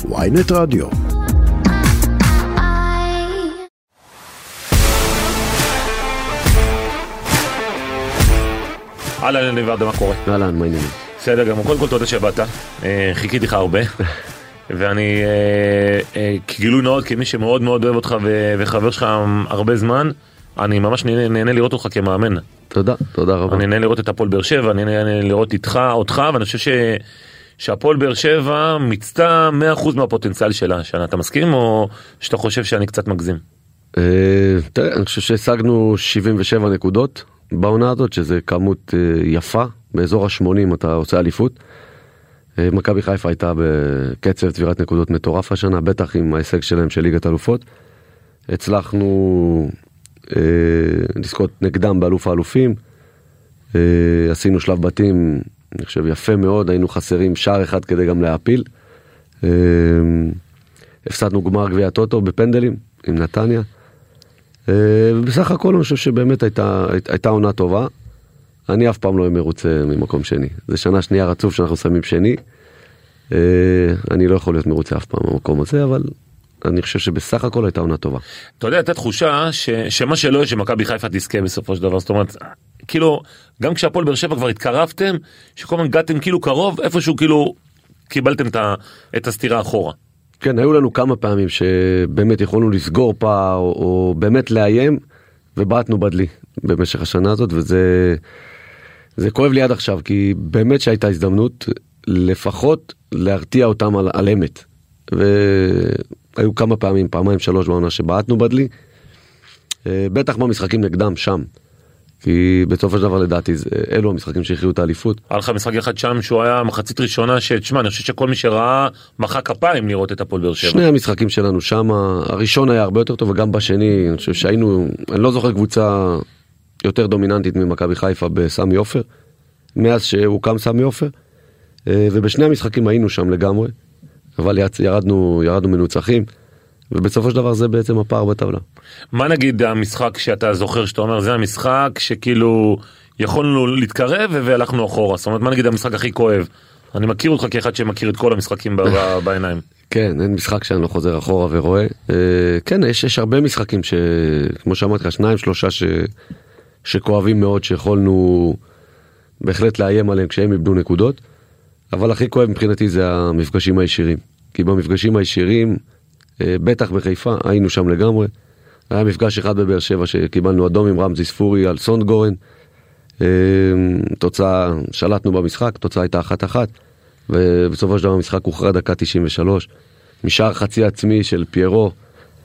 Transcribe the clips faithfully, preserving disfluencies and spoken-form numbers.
וויינט רדיו. אהלן, ורדה, מה קורה? אהלן, מה העניינים? בסדר גמור, קודם כל תודה שבאת, חיכיתי לך הרבה, ואני כגילוי נאות, כמי שמאוד מאוד אוהב אותך וחבר שלך הרבה זמן, אני ממש נהנה לראות אותך כמאמן. תודה, תודה רבה. אני נהנה לראות את הפועל באר שבע, אני נהנה לראות איתך, אותך, ואני חושב ש... שהפועל באר שבע מצטה מאה אחוז מהפוטנציאל שלה, שנה. אתה מסכים או שאתה חושב שאני קצת מגזים? תראה, אני חושב שהשגנו שבעים ושבע נקודות בעונה הזאת, שזה כמות יפה, באזור ה-שמונים אתה עושה אליפות. מכבי חיפה הייתה בקצב צבירת נקודות מטורף השנה, בטח עם ההישג שלהם של ליגת אלופות. הצלחנו לזכות נגדם באלוף האלופים, עשינו שלב בתים, אני חושב יפה מאוד, היינו חסרים שער אחד כדי גם להפיל. הפסדנו גמר גביע הטוטו בפנדלים עם נתניה. ובסך הכל אני חושב שבאמת הייתה, הייתה עונה טובה. אני אף פעם לא מרוצה ממקום שני. זה שנה שנייה רצוף שאנחנו שמים שני. אני לא יכול להיות מרוצה אף פעם במקום הזה, אבל אני חושב שבסך הכל הייתה עונה טובה. אתה יודע, הייתה תחושה ש, שמה שלא יש שמכבי חיפה תזכה בסופו של דבר. זאת אומרת, כאילו, גם כשהפועל באר שבע כבר התקרבתם, שכל הזמן הגעתם כאילו קרוב, איפשהו כאילו קיבלתם את, ה, את הסתירה אחורה. כן, היו לנו כמה פעמים שבאמת יכולנו לסגור פער, או, או באמת לאיים, ובעטנו בדלי במשך השנה הזאת, וזה זה כואב לי עד עכשיו, כי באמת שהייתה הזדמנות לפחות להרתיע אותם על, על אמת. והיו כמה פעמים, פעמיים שלוש בעונה שבעטנו בדלי, בטח במשחקים נגדם שם, כי בסופו של דבר לדעתי אלו המשחקים שהכריעו את האליפות. היה לך משחק אחד שם שהוא היה מחצית ראשונה שתשמע, אני חושב שכל מי שראה מחא כפיים לראות את הפועל באר שבע. שני המשחקים שלנו שם, הראשון היה הרבה יותר טוב, וגם בשני, אני חושב שהיינו, אני לא זוכר קבוצה יותר דומיננטית ממכבי חיפה בסמי עופר, מאז שהוקם סמי עופר, ובשני המשחקים היינו שם לגמרי, אבל ירדנו, ירדנו מנוצחים, ובסופו של דבר זה בעצם הפער בטבלה. מה נגיד המשחק שאתה זוכר שאתה אומר, זה המשחק שכאילו יכולנו להתקרב והלכנו אחורה, זאת אומרת, מה נגיד המשחק הכי כואב? אני מכיר אותך כאחד שמכיר את כל המשחקים בעיניים. כן, אין משחק שאני לא חוזר אחורה ורואה. כן, יש, יש הרבה משחקים שכמו שאמרתי לך, שניים, שלושה ש, שכואבים מאוד, שיכולנו בהחלט לאיים עליהם כשהם איבדו נקודות, אבל הכי כואב מבחינתי זה המפגשים הישירים. כי במפגשים הישירים, בטח בחיפה, היינו שם לגמרי. היה מפגש אחד בבאר שבע שקיבלנו אדום עם רמזי ספורי על סונדגורן. תוצאה, שלטנו במשחק, תוצאה הייתה אחת אחת, ובסופו של דבר המשחק הוכרע דקה תשעים ושלוש, משער חצי עצמי של פיירו.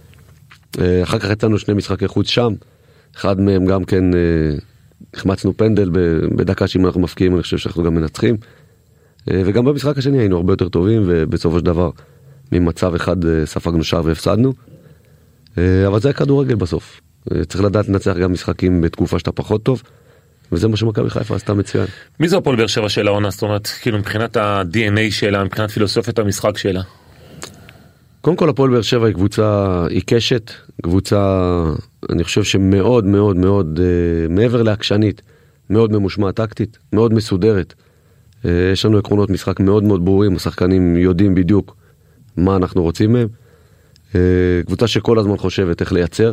אחר כך יצאנו שני משחקי חוץ שם, אחד מהם גם כן החמצנו פנדל בדקה שאם אנחנו מפקיעים, אני חושב שאנחנו גם מנצחים. וגם במשחק השני היינו הרבה יותר טובים, ובסופו של דבר ממצב אחד ספגנו שער והפסדנו. אבל זה כדורגל בסוף. צריך לדעת לנצח גם משחקים בתקופה שאתה פחות טוב, וזה מה שמכבי חיפה עשתה מצוין. מי זה הפועל באר שבע של העונה? זאת אומרת, כאילו מבחינת ה-די אן איי שלה, מבחינת פילוסופיית המשחק שלה. קודם כל הפועל באר שבע היא קבוצה עיקשת, קבוצה, אני חושב שמאוד מאוד מאוד, מעבר להקשנית, מאוד ממושמעת טקטית, מאוד מסודרת. יש לנו עקרונות משחק מאוד מאוד ברורים, השחקנים יודעים בדיוק מה אנחנו רוצים מהם. קבוצה שכל הזמן חושבת איך לייצר.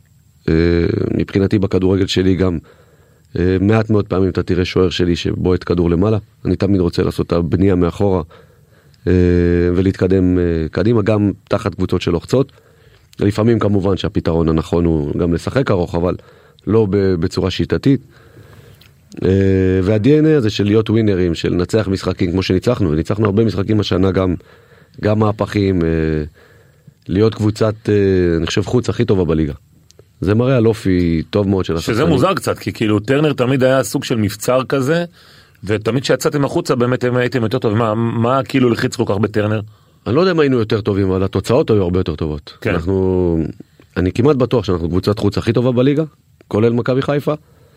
מבחינתי בכדורגל שלי גם מעט מאוד פעמים אתה תראה שוער שלי שבועט כדור למעלה. אני תמיד רוצה לעשות את הבנייה מאחורה ולהתקדם קדימה, גם תחת קבוצות של לוחצות. לפעמים כמובן שהפתרון הנכון הוא גם לשחק ארוך, אבל לא בצורה שיטתית. וה-די אן איי הזה של להיות ווינרים, של לנצח משחקים כמו שניצחנו, וניצחנו הרבה משחקים השנה, גם, גם מהפכים, להיות קבוצת, אני חושב, חוץ הכי טובה בליגה. זה מראה על אופי טוב מאוד של השחקנים. שזה מוזר קצת, כי כאילו טרנר תמיד היה סוג של מבצר כזה, ותמיד שיצאתם החוצה באמת הייתם יותר טובים. מה, מה כאילו לחיץ כל כך בטרנר? אני לא יודע אם היינו יותר טובים, אבל התוצאות היו הרבה יותר טובות. כן. אנחנו, אני כמעט בטוח שאנחנו קבוצת חוץ הכי טובה בליגה, כולל מכבי חיפה.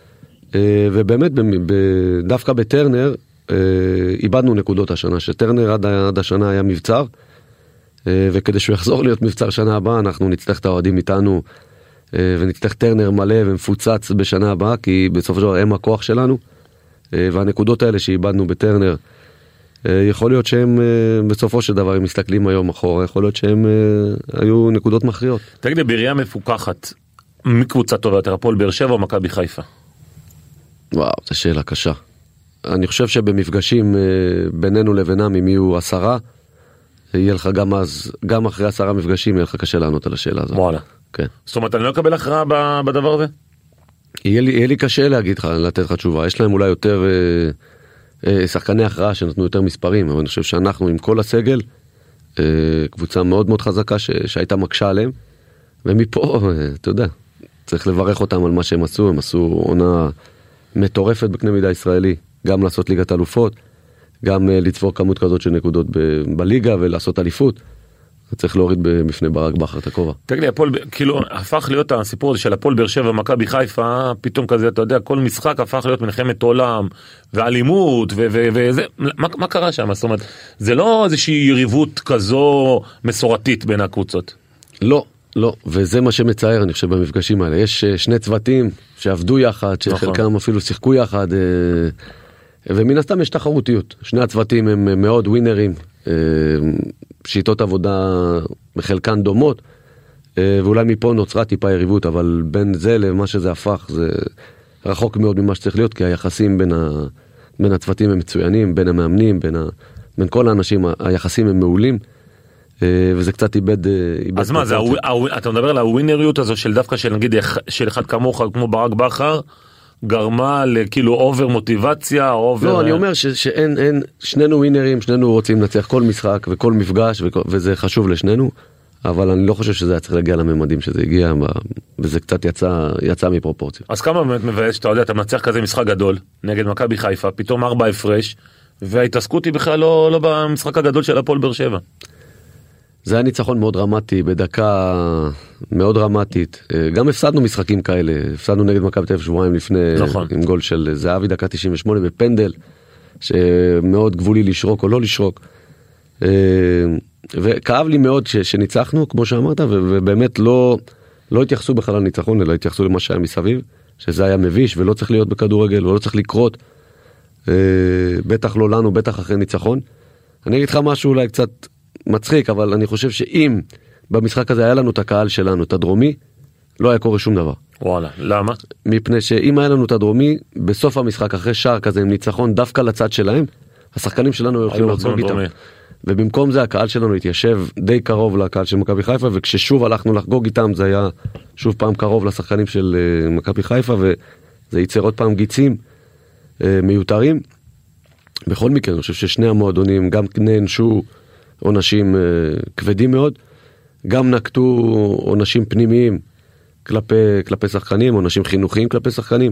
ובאמת דווקא בטרנר איבדנו נקודות השנה, שטרנר עד, עד השנה היה מבצר, וכדי שהוא יחזור להיות מבצר שנה הבאה אנחנו נצטרך את האוהדים איתנו, ונצטרך טרנר מלא ומפוצץ בשנה הבאה, כי בסופו של דבר הם הכוח שלנו, והנקודות האלה שאיבדנו בטרנר יכול להיות שהם בסופו של דבר, הם מסתכלים היום אחורה, יכול להיות שהם היו נקודות מכריעות. תגיד לי, בראייה מפוקחת, מי קבוצה טובה יותר, הפועל באר שבע או מכבי חיפה? וואו, זו שאלה קשה. אני חושב שבמפגשים בינינו לבינם, אם יהיו עשרה, יהיה לך גם אז, גם אחרי עשרה מפגשים, יהיה לך קשה לענות על השאלה הזאת. וואלה. כן. זאת אומרת, אני לא אקבל הכרעה בדבר הזה? יהיה לי, יהיה לי קשה להגיד לך, לתת לך תשובה. יש להם אולי יותר אה, אה, שחקני הכרעה שנתנו יותר מספרים, אבל אני חושב שאנחנו עם כל הסגל, אה, קבוצה מאוד מאוד חזקה ש, שהייתה מקשה עליהם, ומפה, אה, אתה יודע, צריך לברך אותם על מה שהם עשו. הם עשו עונה מטורפת בקנה מידה ישראלי, גם לעשות ליגת אלופות, גם אה, לצבור כמות כזאת של נקודות ב, בליגה ולעשות אליפות. צריך להוריד בפני ברק בכר את הכובע. תגיד לי, הפועל, כאילו, הפך להיות הסיפור הזה של הפועל באר שבע ומכבי חיפה, פתאום כזה, אתה יודע, כל משחק הפך להיות מלחמת עולם, ואלימות, וזה, מה, מה קרה שם? זאת אומרת, זה לא איזושהי יריבות כזו מסורתית בין הקבוצות. לא, לא, וזה מה שמצער, אני חושב, במפגשים האלה. יש שני צוותים שעבדו יחד, שחלקם אפילו שיחקו יחד, ומן הסתם יש תחרותיות. שני הצוותים הם מאוד ווינרים, שיטות עבודה בחלקן דומות, ואולי מפה נוצרה טיפה יריבות, אבל בין זה למה שזה הפך, זה רחוק מאוד ממה שצריך להיות, כי היחסים בין, ה... בין הצוותים הם מצוינים, בין המאמנים, בין, ה... בין כל האנשים, היחסים הם מעולים, וזה קצת איבד... איבד אז מה, זה, אתה מדבר על הווינריות הזו של דווקא של נגיד של אחד כמוך, כמו ברק בכר, גרמה לכאילו אובר מוטיבציה, אובר... לא, אני אומר ש, שאין, אין, שנינו ווינרים, שנינו רוצים לנצח כל משחק וכל מפגש, וכל, וזה חשוב לשנינו, אבל אני לא חושב שזה היה צריך להגיע לממדים שזה הגיע, וזה קצת יצא, יצא מפרופורציה. אז כמה באמת מבאס שאתה יודע, אתה מנצח כזה משחק גדול, נגד מכבי חיפה, פתאום ארבע הפרש, וההתעסקות היא בכלל לא, לא במשחק הגדול של הפועל באר שבע. זה היה ניצחון מאוד דרמטי, בדקה מאוד דרמטית. גם הפסדנו משחקים כאלה, הפסדנו נגד מכבי תל אביב שבועיים לפני, נכון. עם גול של זהבי דקה תשעים ושמונה בפנדל, שמאוד גבולי לשרוק או לא לשרוק. וכאב לי מאוד שניצחנו, כמו שאמרת, ובאמת לא, לא התייחסו בכלל לניצחון, אלא התייחסו למה שהיה מסביב, שזה היה מביש ולא צריך להיות בכדורגל ולא צריך לקרות. בטח לא לנו, בטח אחרי ניצחון. אני אגיד לך משהו אולי קצת מצחיק, אבל אני חושב שאם במשחק הזה היה לנו את הקהל שלנו, את הדרומי, לא היה קורה שום דבר. וואלה, למה? מפני שאם היה לנו את הדרומי, בסוף המשחק, אחרי שער כזה עם ניצחון דווקא לצד שלהם, השחקנים שלנו הולכים לחגוג איתם. ובמקום זה הקהל שלנו התיישב די קרוב לקהל של מכבי חיפה, וכששוב הלכנו לחגוג איתם, זה היה שוב פעם קרוב לשחקנים של מכבי חיפה, וזה ייצר עוד פעם גיצים מיותרים. בכל מקרה, אני חושב ששני המועדונים גם נענשו עונשים כבדים מאוד, גם נקטו עונשים פנימיים כלפי, כלפי שחקנים, עונשים חינוכיים כלפי שחקנים,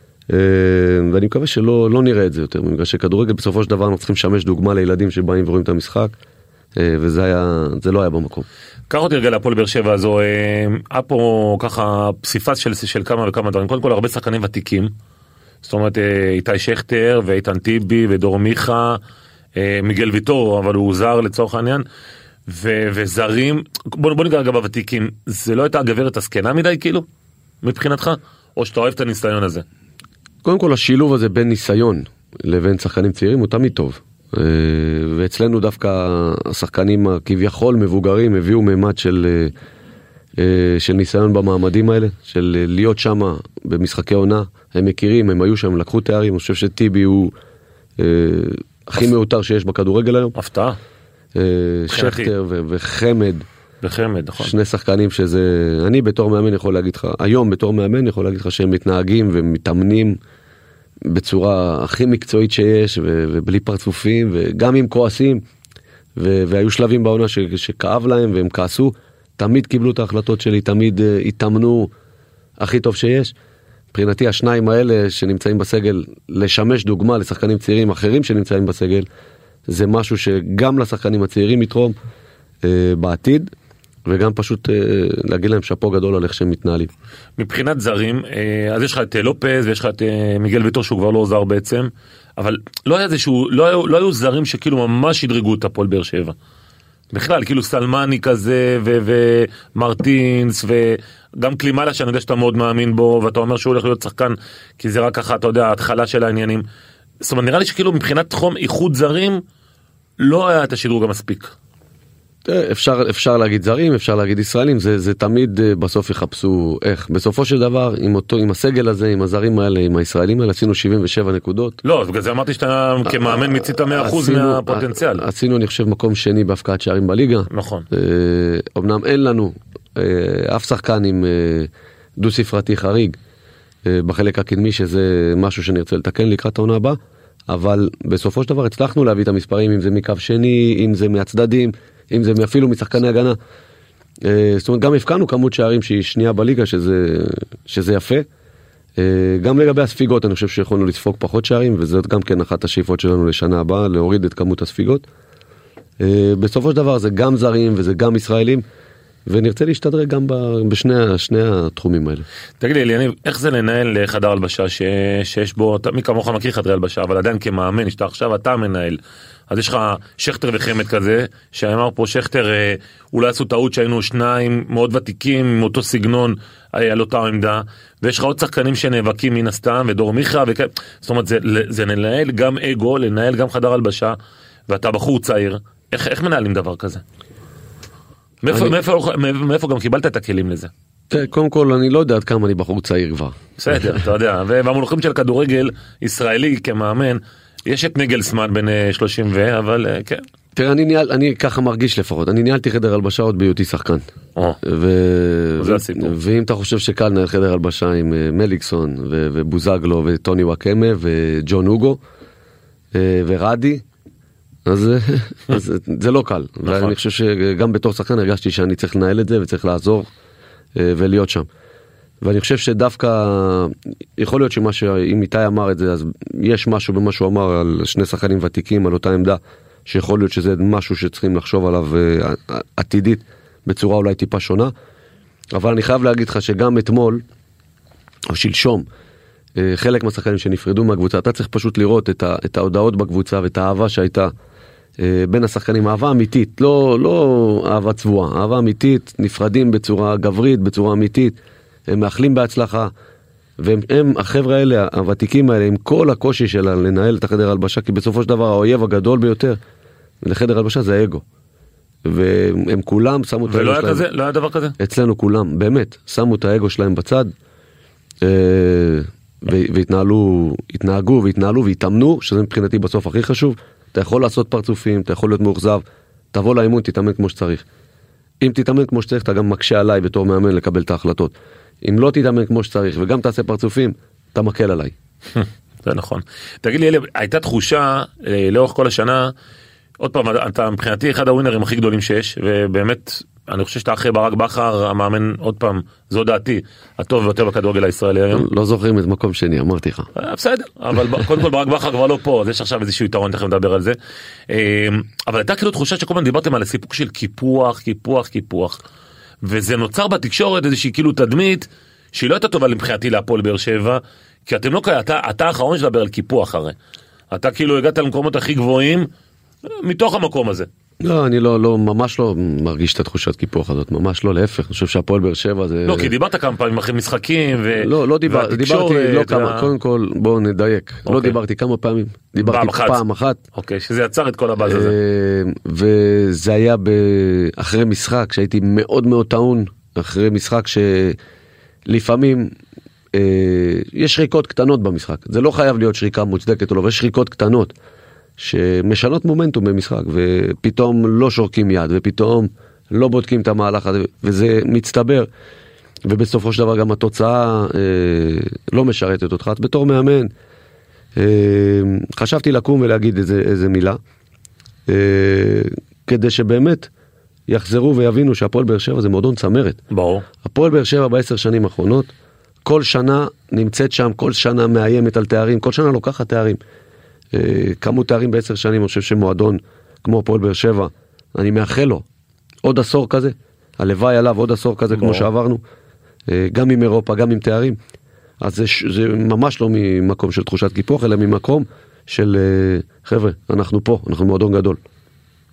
ואני מקווה שלא לא נראה את זה יותר, בגלל שכדורגל בסופו של דבר אנחנו צריכים לשמש דוגמה לילדים שבאים ורואים את המשחק, וזה היה, זה לא היה במקום. קח אותי רגע להפועל באר שבע הזו, היה פה ככה פסיפס של, של כמה וכמה דברים, קודם כל הרבה שחקנים ותיקים, זאת אומרת איתי שכטר ואיתן טיבי ודור מיכה, מיגל ויטור, אבל הוא זר לצורך העניין, ו- וזרים, בוא, בוא ניגע רגע בוותיקים, זה לא הייתה הגברת הסקנה מדי כאילו, מבחינתך? או שאתה אוהב את הניסיון הזה? קודם כל השילוב הזה בין ניסיון לבין שחקנים צעירים הוא תמיד טוב, ואצלנו דווקא השחקנים הכביכול מבוגרים הביאו מימד של, של ניסיון במעמדים האלה, של להיות שם במשחקי עונה, הם מכירים, הם היו שם, לקחו תארים, אני חושב שטיבי הוא הכי מאותר שיש בכדורגל היום. הפתעה. שכטר וחמד. וחמד, נכון. שני שחקנים שזה, אני בתור מאמן יכול להגיד לך, היום בתור מאמן יכול להגיד לך שהם מתנהגים ומתאמנים בצורה הכי מקצועית שיש, ובלי פרצופים, וגם עם כועסים, והיו שלבים בעונה שכאב להם והם כעסו, תמיד קיבלו את ההחלטות שלי, תמיד התאמנו הכי טוב שיש. מבחינתי השניים האלה שנמצאים בסגל, לשמש דוגמה לשחקנים צעירים אחרים שנמצאים בסגל, זה משהו שגם לשחקנים הצעירים יתרום אה, בעתיד, וגם פשוט אה, להגיד להם שפו גדול על איך שהם מתנהלים. מבחינת זרים, אה, אז יש לך את לופז ויש לך את אה, מיגל ויטור שהוא כבר לא זר בעצם, אבל לא היה איזשהו, לא היו, לא היו זרים שכאילו ממש ידרגו את הפועל באר שבע. בכלל, כאילו סלמני כזה, ו- ומרטינס, וגם קלימלה שאני יודע שאתה מאוד מאמין בו, ואתה אומר שהוא הולך להיות שחקן, כי זה רק ככה, אתה יודע, ההתחלה של העניינים. זאת אומרת, נראה לי שכאילו מבחינת תחום איחוד זרים, לא היה את השדרוג המספיק. אפשר, אפשר להגיד זרים, אפשר להגיד ישראלים, זה, זה תמיד בסוף יחפשו איך. בסופו של דבר, עם אותו, עם הסגל הזה, עם הזרים האלה, עם הישראלים האלה, עשינו שבעים ושבע נקודות. לא, בגלל זה אמרתי שאתה כמאמן מיצית מאה אחוז מהפוטנציאל. עשינו, אני חושב, מקום שני בהפקעת שערים בליגה. נכון. אמנם אין לנו אף שחקן עם דו ספרתי חריג בחלק הקדמי, שזה משהו שנרצה לתקן לקראת העונה הבאה, אבל בסופו של דבר הצלחנו להביא את המספרים, אם זה מקו שני, אם זה מהצדדים, אם זה אפילו משחקני הגנה. זאת אומרת, גם הפקענו כמות שערים שהיא שנייה בליגה, שזה, שזה יפה. גם לגבי הספיגות, אני חושב שיכולנו לספוג פחות שערים, וזאת גם כן אחת השאיפות שלנו לשנה הבאה, להוריד את כמות הספיגות. בסופו של דבר זה גם זרים וזה גם ישראלים, ונרצה להשתדרג גם בשני שני התחומים האלה. תגיד לי, אליניב, איך זה לנהל חדר הלבשה ש... שיש בו, מי כמוך מכיר חדרי הלבשה, אבל עדיין כמאמן, שאתה עכשיו אתה מנהל, אז יש לך שכתר וחמד כזה, שאמר פה שכתר, אולי עשו טעות שהיינו שניים מאוד ותיקים, עם אותו סגנון על אותה עמדה, ויש לך עוד שחקנים שנאבקים מן הסתם, ודור מיכה, וכ... זאת אומרת, זה, זה לנהל גם אגו, לנהל גם חדר הלבשה, ואתה בחור צעיר, איך, איך מנהלים דבר כזה? מאיפה, אני... מאיפה, מאיפה גם קיבלת את הכלים לזה? קודם כל, אני לא יודע עד כמה אני בחור צעיר כבר. בסדר, אתה יודע, ובמונחים של כדורגל ישראלי כמאמן, יש את נגלסמן בין שלושים ו... אבל כן. תראה, אני, ניהל, אני ככה מרגיש לפחות, אני ניהלתי חדר הלבשה עוד בהיותי שחקן. או, ו... זה הסיפור. ואם אתה חושב שקל לנהל חדר הלבשה עם מליקסון, ו... ובוזגלו, וטוני וואקמה, וג'ון אוגו, ורדי, אז, אז זה לא קל. נכון. ואני חושב שגם בתור שחקן הרגשתי שאני צריך לנהל את זה, וצריך לעזור ולהיות שם. ואני חושב שדווקא, יכול להיות שמה שאם איתי אמר את זה, אז יש משהו במה שהוא אמר על שני שחקנים ותיקים, על אותה עמדה, שיכול להיות שזה משהו שצריכים לחשוב עליו עתידית, בצורה אולי טיפה שונה. אבל אני חייב להגיד לך שגם אתמול, או שלשום, חלק מהשחקנים שנפרדו מהקבוצה, אתה צריך פשוט לראות את, ה, את ההודעות בקבוצה, ואת האהבה שהייתה בין השחקנים, אהבה אמיתית, לא, לא אהבה צבועה, אהבה אמיתית, נפרדים בצורה גברית, בצורה אמיתית, הם מאחלים בהצלחה, והם, הם, החבר'ה האלה, הוותיקים האלה, עם כל הקושי שלה לנהל את החדר הלבשה, כי בסופו של דבר האויב הגדול ביותר לחדר הלבשה זה האגו. והם כולם שמו את האגו שלהם. ולא היה כזה? לא היה דבר כזה? אצלנו כולם, באמת, שמו את האגו שלהם בצד, והתנהלו, התנהגו והתנהלו והתאמנו, שזה מבחינתי בסוף הכי חשוב. אתה יכול לעשות פרצופים, אתה יכול להיות מאוכזב, תבוא לאימון, תתאמן כמו שצריך. אם תתאמן כמו שצריך, אתה גם מקשה עליי בתור מאמן לקבל את ההחלטות. אם לא תתאמן כמו שצריך וגם תעשה פרצופים, אתה מקל עליי. זה נכון. תגיד לי, אלי, הייתה תחושה לאורך כל השנה, עוד פעם, אתה מבחינתי אחד הווינרים הכי גדולים שיש, ובאמת, אני חושב שאתה אחרי ברק בכר, המאמן, עוד פעם, זו דעתי, הטוב ביותר בכדורגל הישראלי היום. לא זוכרים את מקום שני, אמרתי לך. בסדר, אבל קודם כל ברק בכר כבר לא פה, אז יש עכשיו איזשהו יתרון, תכף נדבר על זה. אבל הייתה כאילו תחושה שכל הזמן דיברתם על הסיפוק של קיפוח, קיפוח, קיפוח. וזה נוצר בתקשורת איזושהי כאילו תדמית, שהיא לא הייתה טובה לבחינתי להפועל באר שבע, כי אתם לא כאלה, אתה, אתה האחרון שדבר על קיפוח הרי. אתה כאילו הגעת למקומות הכי גבוהים, מתוך המקום הזה. לא, אני לא, לא, ממש לא מרגיש את התחושת קיפוח הזאת, ממש לא, להפך, אני חושב שהפועל באר שבע זה... לא, כי דיברת כמה פעמים אחרי משחקים, ו... לא, לא דיבר, דיברתי, לא כמה, קודם כל, בואו נדייק, לא דיברתי כמה פעמים, דיברתי פעם אחת. אוקיי, שזה יצר את כל הבאז הזה. וזה היה אחרי משחק, שהייתי מאוד מאוד טעון, אחרי משחק שלפעמים יש שריקות קטנות במשחק, זה לא חייב להיות שריקה מוצדקת או לא, ויש שריקות קטנות. שמשנות מומנטום במשחק, ופתאום לא שורקים יד, ופתאום לא בודקים את המהלך הזה, וזה מצטבר, ובסופו של דבר גם התוצאה אה, לא משרתת אותך. בתור מאמן, אה, חשבתי לקום ולהגיד איזה, איזה מילה, אה, כדי שבאמת יחזרו ויבינו שהפועל באר שבע זה מועדון צמרת. ברור. הפועל באר שבע בעשר שנים האחרונות, כל שנה נמצאת שם, כל שנה מאיימת על תארים, כל שנה לוקחת תארים. כמות תארים בעשר שנים, אני חושב שמועדון כמו הפועל באר שבע, אני מאחל לו עוד עשור כזה, הלוואי עליו עוד עשור כזה כמו שעברנו, גם עם אירופה, גם עם תארים. אז זה, זה ממש לא ממקום של תחושת קיפוח, אלא ממקום של חבר'ה, אנחנו פה, אנחנו מועדון גדול.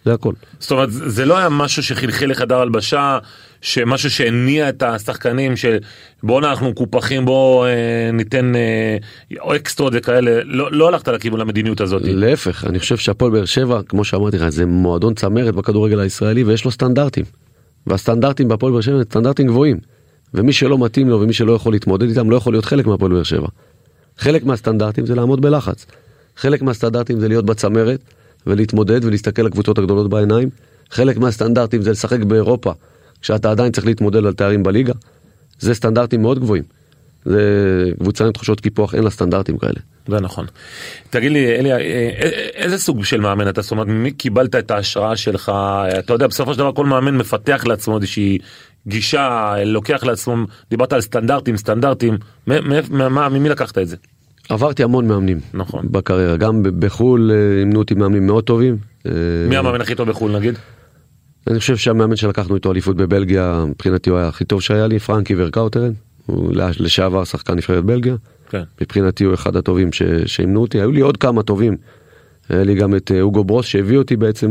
זה הכל. זאת אומרת, זה לא היה משהו שחלחל לחדר הלבשה, שמשהו שהניע את השחקנים, שבואו אנחנו קופחים, בואו אה, ניתן אה, אקסטרות וכאלה, לא, לא הלכת לכיוון למדיניות הזאת. להפך, אני חושב שהפועל באר שבע, כמו שאמרתי לך, זה מועדון צמרת בכדורגל הישראלי, ויש לו סטנדרטים. והסטנדרטים בהפועל באר שבע, סטנדרטים גבוהים. ומי שלא מתאים לו, ומי שלא יכול להתמודד איתם, לא יכול להיות חלק מהפועל באר שבע. חלק מהסטנדרטים זה לעמוד בלחץ. חלק מהסטנדרטים זה להיות בצמרת, ולהתמודד ולהסתכל לקבוצות הגדולות בעיניים. חלק מהסטנדרטים זה לשחק באירופה, כשאתה עדיין צריך להתמודד על תארים בליגה. זה סטנדרטים מאוד גבוהים. זה קבוצה עם תחושות קיפוח, אין לה סטנדרטים כאלה. זה נכון. תגיד לי, אלי, איזה סוג של מאמן אתה? זאת אומרת, מי קיבלת את ההשראה שלך? אתה יודע, בסופו של דבר כל מאמן מפתח לעצמו איזושהי גישה, לוקח לעצמו, דיברת על סטנדרטים, סטנדרטים, ממי לקחת את זה? עברתי המון מאמנים. נכון. בקריירה, גם בחול אימנו אותי מאמנים מאוד טובים. מי המאמן הכי טוב בחול נגיד? אני חושב שהמאמן שלקחנו איתו אליפות בבלגיה, מבחינתי הוא היה הכי טוב שהיה לי, פרנקי ורקאוטרן, הוא לשעבר שחקן נבחרת בלגיה. כן. מבחינתי הוא אחד הטובים שאימנו אותי. היו לי עוד כמה טובים. היה לי גם את אוגו ברוס שהביא אותי בעצם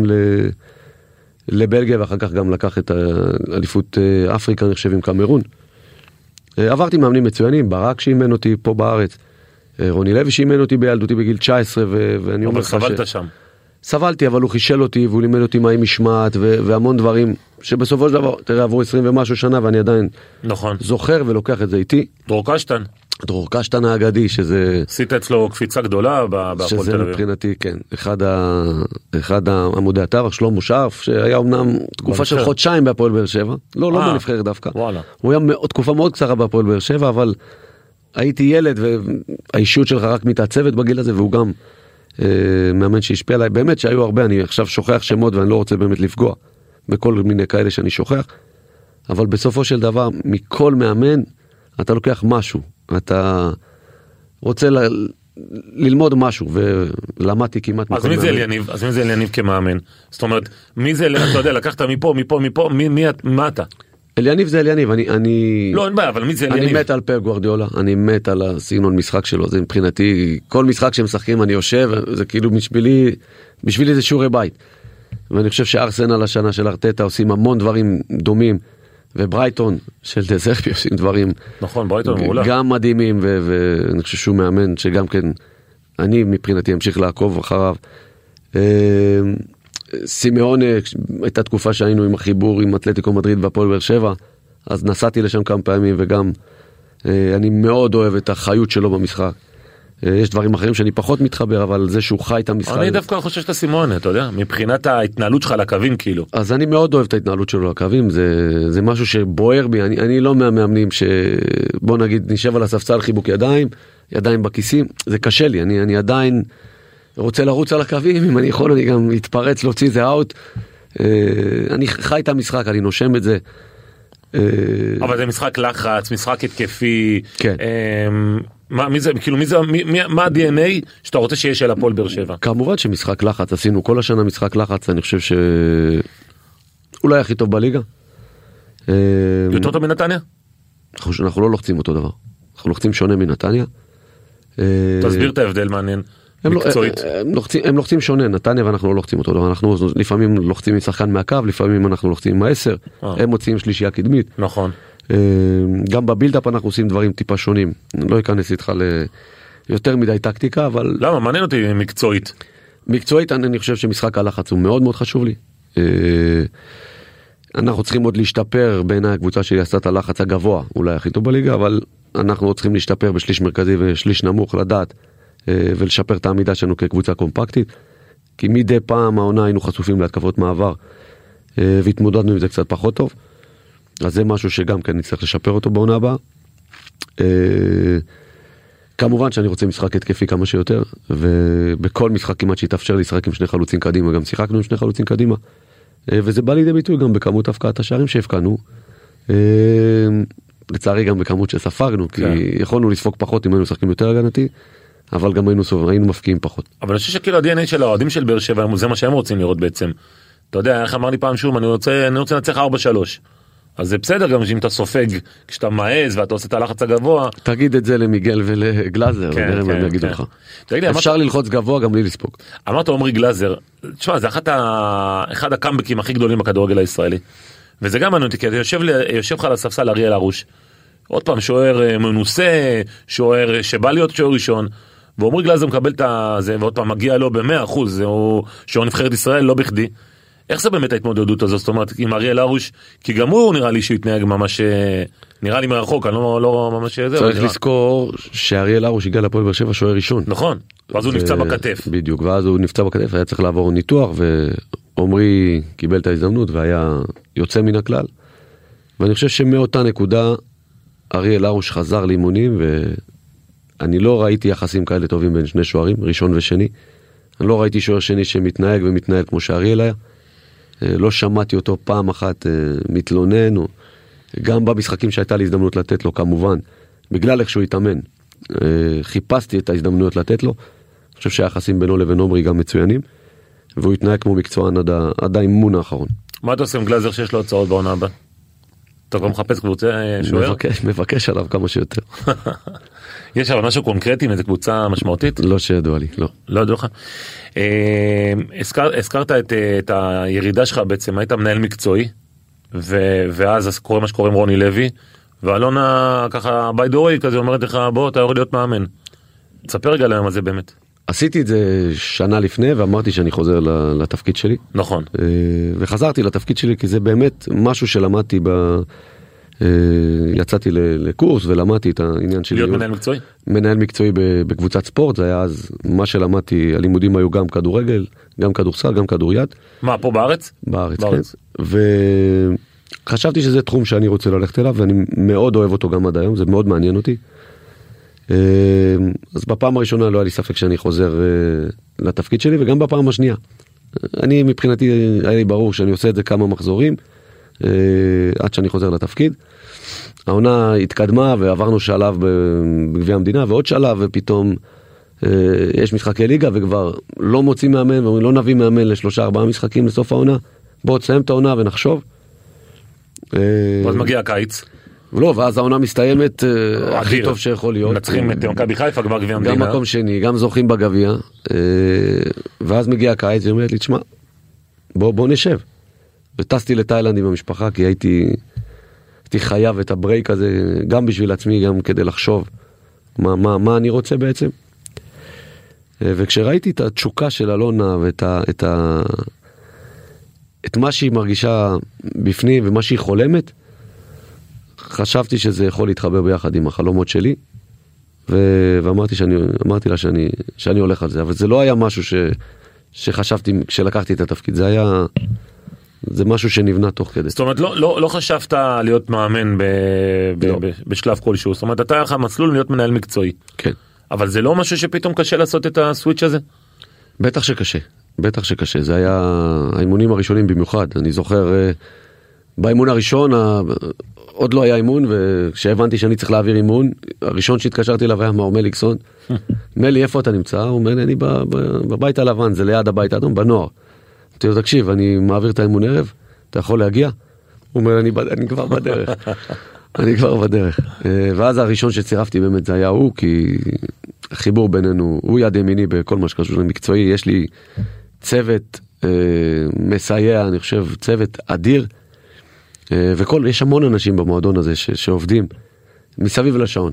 לבלגיה, ואחר כך גם לקח את אליפות אפריקה, אני חושב, עם קמרון. עברתי מאמנים מצוינים, ברק שאימן אותי פה בארץ, רוני לוי שאימן אותי בילדותי בגיל תשע עשרה, ואני אומר לך ש... אבל סבלת שם. סבלתי, אבל הוא חישל אותי, והוא לימד אותי מהי משמעת, והמון דברים, שבסופו של דבר, תראה, עברו עשרים ומשהו שנה, ואני עדיין נכון. זוכר ולוקח את זה איתי. דרור קשטן. דרור קשטן האגדי, שזה... עשית אצלו קפיצה גדולה בהפועל תל אביב. שזה מבחינתי, כן. אחד, ה... אחד העמודי התווך, שלמה שרף, שהיה אמנם תקופה של חודשיים בהפועל באר שבע. לא, לא בנבחרת דווקא. וואלה. הוא היה מאוד, תקופה מאוד קצרה בהפועל באר שבע, אבל הייתי ילד, והאישיות שלך רק מתעצבת בגיל הזה, והוא גם אה, מאמן שהשפיע עליי. באמת שהיו הרבה, אני עכשיו שוכח שמות, ואני לא רוצה באמת לפגוע בכל מיני כאלה שאני שוכח. אבל בסופו של דבר, מכל מאמן, אתה לוקח משהו. אתה רוצה ל... ללמוד משהו, ולמדתי כמעט... אז מי זה אליניב? אז מי זה אליניב כמאמן? זאת אומרת, מי זה, אתה יודע, לקחת מפה, מפה, מפה, מי, מי, מה אתה? אליניב זה אליניב, אני... אני... לא, אין בעיה, אבל מי זה אליניב? אני מת על פפ גוארדיולה, אני מת על הסגנון משחק שלו, זה מבחינתי, כל משחק שהם משחקים אני יושב, זה כאילו בשבילי, בשבילי זה שיעורי בית. ואני חושב שארסנל השנה של ארטטה עושים המון דברים דומים, וברייטון של דזרבי עושים דברים נכון, ברייטון מעולה. גם מדהימים, ואני חושב שהוא מאמן שגם כן אני מבחינתי אמשיך לעקוב אחריו. סימאון, הייתה תקופה שהיינו עם החיבור עם אתלטיקו מדריד והפועל באר שבע, אז נסעתי לשם כמה פעמים, וגם אני מאוד אוהב את החיות שלו במשחק. יש דברים אחרים שאני פחות מתחבר, אבל זה שהוא חי את המשחק. אני דווקא חושב שאתה סימון, אתה יודע, מבחינת ההתנהלות שלך לקווים כאילו. אז אני מאוד אוהב את ההתנהלות שלו לקווים, זה, זה משהו שבוער בי, אני, אני לא מהמאמנים שבוא נגיד נשב על הספסל חיבוק ידיים, ידיים בכיסים, זה קשה לי, אני, אני עדיין רוצה לרוץ על הקווים, אם אני יכול אני גם מתפרץ, להוציא זה אאוט, אני חי את המשחק, אני נושם את זה. אבל זה משחק לחץ, משחק התקפי, כן. מה, מי זה, כאילו, מי זה, מי, מי, מה ה-די אן איי שאתה רוצה שיש על הפועל באר שבע? כמובן שמשחק לחץ, עשינו כל השנה משחק לחץ, אני חושב שאולי הכי טוב בליגה. יותר טוב מנתניה? אנחנו, אנחנו לא לוחצים אותו דבר, אנחנו לוחצים שונה מנתניה. תסביר את ההבדל, מעניין, מקצועית. הם, הם, לוחצים, הם לוחצים שונה, נתניה ואנחנו לא לוחצים אותו דבר, אנחנו לפעמים לוחצים עם שחקן מהקו, לפעמים אנחנו לוחצים עם העשר, הם מוציאים שלישייה קדמית. נכון. גם בבילדאפ אנחנו עושים דברים טיפה שונים, לא אכנס איתך ליותר מדי טקטיקה, אבל... למה? מעניין אותי מקצועית. מקצועית אני חושב שמשחק הלחץ הוא מאוד מאוד חשוב לי. אנחנו צריכים עוד להשתפר, בין הקבוצה שלי עשתה את הלחץ הגבוה, אולי הכי טוב בליגה, אבל אנחנו עוד צריכים להשתפר בשליש מרכזי ושליש נמוך, לדעת ולשפר את העמידה שלנו כקבוצה קומפקטית, כי מדי פעם העונה היינו חשופים להתקפות מעבר, והתמודדנו עם זה קצת פחות טוב. אז זה משהו שגם כן נצטרך לשפר אותו בעונה הבאה. כמובן שאני רוצה משחק התקפי כמה שיותר, ובכל משחק כמעט שהתאפשר לשחק עם שני חלוצים קדימה, גם שיחקנו עם שני חלוצים קדימה, וזה בא לידי ביטוי גם בכמות הפקעת השערים שהפקענו, לצערי גם בכמות שספגנו, כי יכולנו לספוג פחות אם היינו משחקים יותר הגנתי, אבל גם היינו, היינו מפקיעים פחות. אבל אני חושב שכאילו ה-די אן איי של האוהדים של באר שבע, זה מה שהם רוצים לראות בעצם. אתה יודע, איך אמר לי פעם שוב, אני רוצה, אני רוצה לנצח ארבע שלוש. אז זה בסדר גם אם אתה סופג, כשאתה מעז ואתה עושה את הלחץ הגבוה. תגיד את זה למיגל ולגלאזר, נראה מה הם יגידו לך. אפשר ללחוץ גבוה גם בלי לספוג. אמרת עומרי גלאזר, תשמע, זה אחד הקאמבקים הכי גדולים בכדורגל הישראלי. וזה גם מעניין אותי, כי אתה יושב לך על הספסל אריאל הרוש. עוד פעם, שוער מנוסה, שוער שבא להיות שוער ראשון, ועומרי גלאזר מקבל את זה, ועוד פעם מגיע לו ב-מאה אחוז, הוא שוער נבחרת ישראל, לא בכדי. איך זה באמת ההתמודדות הזאת? זאת אומרת, עם אריאל הרוש, כי גם הוא נראה לי שהוא התנהג ממש, נראה לי מרחוק, אני לא, לא ממש זה. צריך לזכור שאריאל הרוש הגיע לפועל באר שבע שוער ראשון. נכון, ואז הוא נפצע בכתף. בדיוק, ואז הוא נפצע בכתף, היה צריך לעבור ניתוח, ועומרי קיבל את ההזדמנות, והיה יוצא מן הכלל. ואני חושב שמאותה נקודה, אריאל הרוש חזר לאימונים, ואני לא ראיתי יחסים כאלה טובים בין שני שוערים, ראשון ושני. אני לא ראיתי שוער שני שמתנהג ומתנהג כמו שאריאל היה. לא שמעתי אותו פעם אחת מתלונן, גם במשחקים שהייתה לי הזדמנות לתת לו כמובן, בגלל איך שהוא התאמן. חיפשתי את ההזדמנויות לתת לו, אני חושב שהיחסים בינו לבין עומרי גם מצוינים, והוא התנהג כמו מקצוען עד, עד האימון האחרון. מה אתה עושה עם גלאזר שיש לו הצעות בעונה הבאה? אתה כבר מחפש קבוצה שוער? מבקש, מבקש עליו כמה שיותר. יש אבל משהו קונקרטי עם איזה קבוצה משמעותית? לא שידוע לי, לא. לא ידוע לך. הזכרת את הירידה שלך בעצם, היית מנהל מקצועי, ואז קורה מה שקורה עם רוני לוי, ואלונה ככה by the way כזה אומרת לך, בוא אתה יורד להיות מאמן. תספר רגע להם על זה באמת. עשיתי את זה שנה לפני ואמרתי שאני חוזר לתפקיד שלי. נכון. וחזרתי לתפקיד שלי כי זה באמת משהו שלמדתי ב... יצאתי לקורס ולמדתי את העניין שלי. להיות מנהל מקצועי? מנהל מקצועי בקבוצת ספורט, זה היה אז מה שלמדתי, הלימודים היו גם כדורגל, גם כדורסל, גם כדוריד. מה, פה בארץ? בארץ, כן. וחשבתי שזה תחום שאני רוצה ללכת אליו, ואני מאוד אוהב אותו גם עד היום, זה מאוד מעניין אותי. אז בפעם הראשונה לא היה לי ספק שאני חוזר לתפקיד שלי, וגם בפעם השנייה. אני מבחינתי, היה לי ברור שאני עושה את זה כמה מחזורים, עד שאני חוזר לתפקיד. העונה התקדמה ועברנו שלב בגביע המדינה ועוד שלב, ופתאום יש משחקי ליגה וכבר לא מוצאים מאמן, ואומרים לא נביא מאמן לשלושה ארבעה משחקים לסוף העונה, בואו תסיים את העונה ונחשוב. ואז מגיע הקיץ. לא, ואז העונה מסתיימת הכי טוב שיכול להיות. מנצחים את מכבי חיפה כבר גביע המדינה. גם מקום שני, גם זוכים בגביע, ואז מגיע הקיץ והיא אומרת לי, תשמע, בוא, בוא נשב. וטסתי לתאילנד עם המשפחה, כי הייתי, הייתי חייב את הברייק הזה, גם בשביל עצמי, גם כדי לחשוב מה, מה, מה אני רוצה בעצם. וכשראיתי את התשוקה של אלונה, ואת ה, את, ה, את מה שהיא מרגישה בפנים, ומה שהיא חולמת, חשבתי שזה יכול להתחבר ביחד עם החלומות שלי, ו- ואמרתי שאני, אמרתי לה שאני, שאני הולך על זה, אבל זה לא היה משהו ש, שחשבתי כשלקחתי את התפקיד, זה היה, זה משהו שנבנה תוך כדי. זאת אומרת, לא, לא, לא חשבת להיות מאמן ב, ב, לא. ב, בשלב כלשהו, זאת אומרת, אתה היה לך מסלול להיות מנהל מקצועי. כן. אבל זה לא משהו שפתאום קשה לעשות את הסוויץ' הזה? בטח שקשה, בטח שקשה, זה היה האימונים הראשונים במיוחד, אני זוכר, באימון הראשון, עוד לא היה אימון, וכשהבנתי שאני צריך להעביר אימון, הראשון שהתקשרתי אליו היה מאור מליקסון, מלי, איפה אתה נמצא? הוא אומר לי, אני בבית הלבן, זה ליד הבית האדום, בנוער. אמרתי לו, תקשיב, אני מעביר את האימון ערב, אתה יכול להגיע? הוא אומר, אני, אני כבר בדרך. אני כבר בדרך. ואז הראשון שצירפתי באמת זה היה הוא, כי החיבור בינינו, הוא יד ימיני בכל מה שקשור למקצועי, יש לי צוות מסייע, אני חושב, צוות אדיר, וכל, יש המון אנשים במועדון הזה ש, שעובדים מסביב לשעון.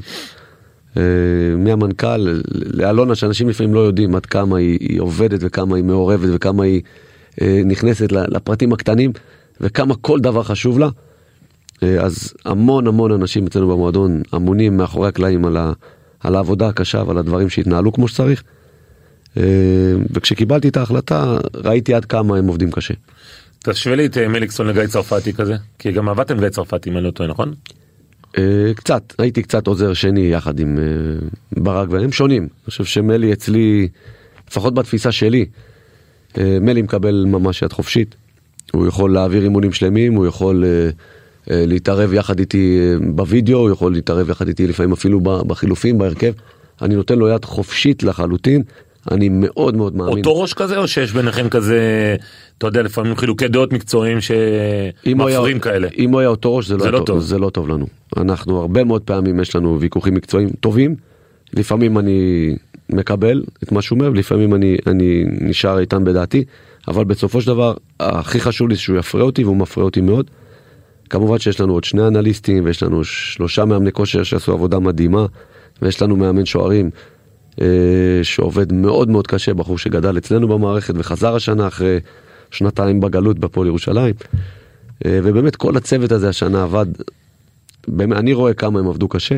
מהמנכ"ל לאלונה, שאנשים לפעמים לא יודעים עד כמה היא, היא עובדת וכמה היא מעורבת וכמה היא נכנסת לפרטים הקטנים וכמה כל דבר חשוב לה. אז המון המון אנשים אצלנו במועדון אמונים מאחורי הקלעים על, ה, על העבודה הקשה ועל הדברים שהתנהלו כמו שצריך. וכשקיבלתי את ההחלטה ראיתי עד כמה הם עובדים קשה. תשווה לי את מליקסון לגיא צרפתי כזה, כי גם עבדתם גיא צרפתי, אם אני לא טועה, נכון? קצת, הייתי קצת עוזר שני יחד עם ברק, והם שונים. אני חושב שמלי אצלי, לפחות בתפיסה שלי, מלי מקבל ממש יד חופשית. הוא יכול להעביר אימונים שלמים, הוא יכול להתערב יחד איתי בווידאו, הוא יכול להתערב יחד איתי לפעמים אפילו בחילופים, בהרכב. אני נותן לו יד חופשית לחלוטין, אני מאוד מאוד מאמין. אותו ראש כזה, או שיש ביניכם כזה, אתה יודע, לפעמים חילוקי דעות מקצועיים שמפרים כאלה? אם הוא היה אותו ראש, זה לא, זה לא טוב, טוב. זה לא טוב לנו. אנחנו הרבה מאוד פעמים יש לנו ויכוחים מקצועיים טובים, לפעמים אני מקבל את מה שהוא אומר, לפעמים אני, אני נשאר איתן בדעתי, אבל בסופו של דבר, הכי חשוב לי שהוא יפרה אותי, והוא מפרה אותי מאוד. כמובן שיש לנו עוד שני אנליסטים, ויש לנו שלושה מאמני כושר שעשו עבודה מדהימה, ויש לנו מאמן שוערים, שעובד מאוד מאוד קשה, בחור שגדל אצלנו במערכת וחזר השנה אחרי שנתיים בגלות בפועל ירושלים, ובאמת כל הצוות הזה השנה עבד, באמת, אני רואה כמה הם עבדו קשה,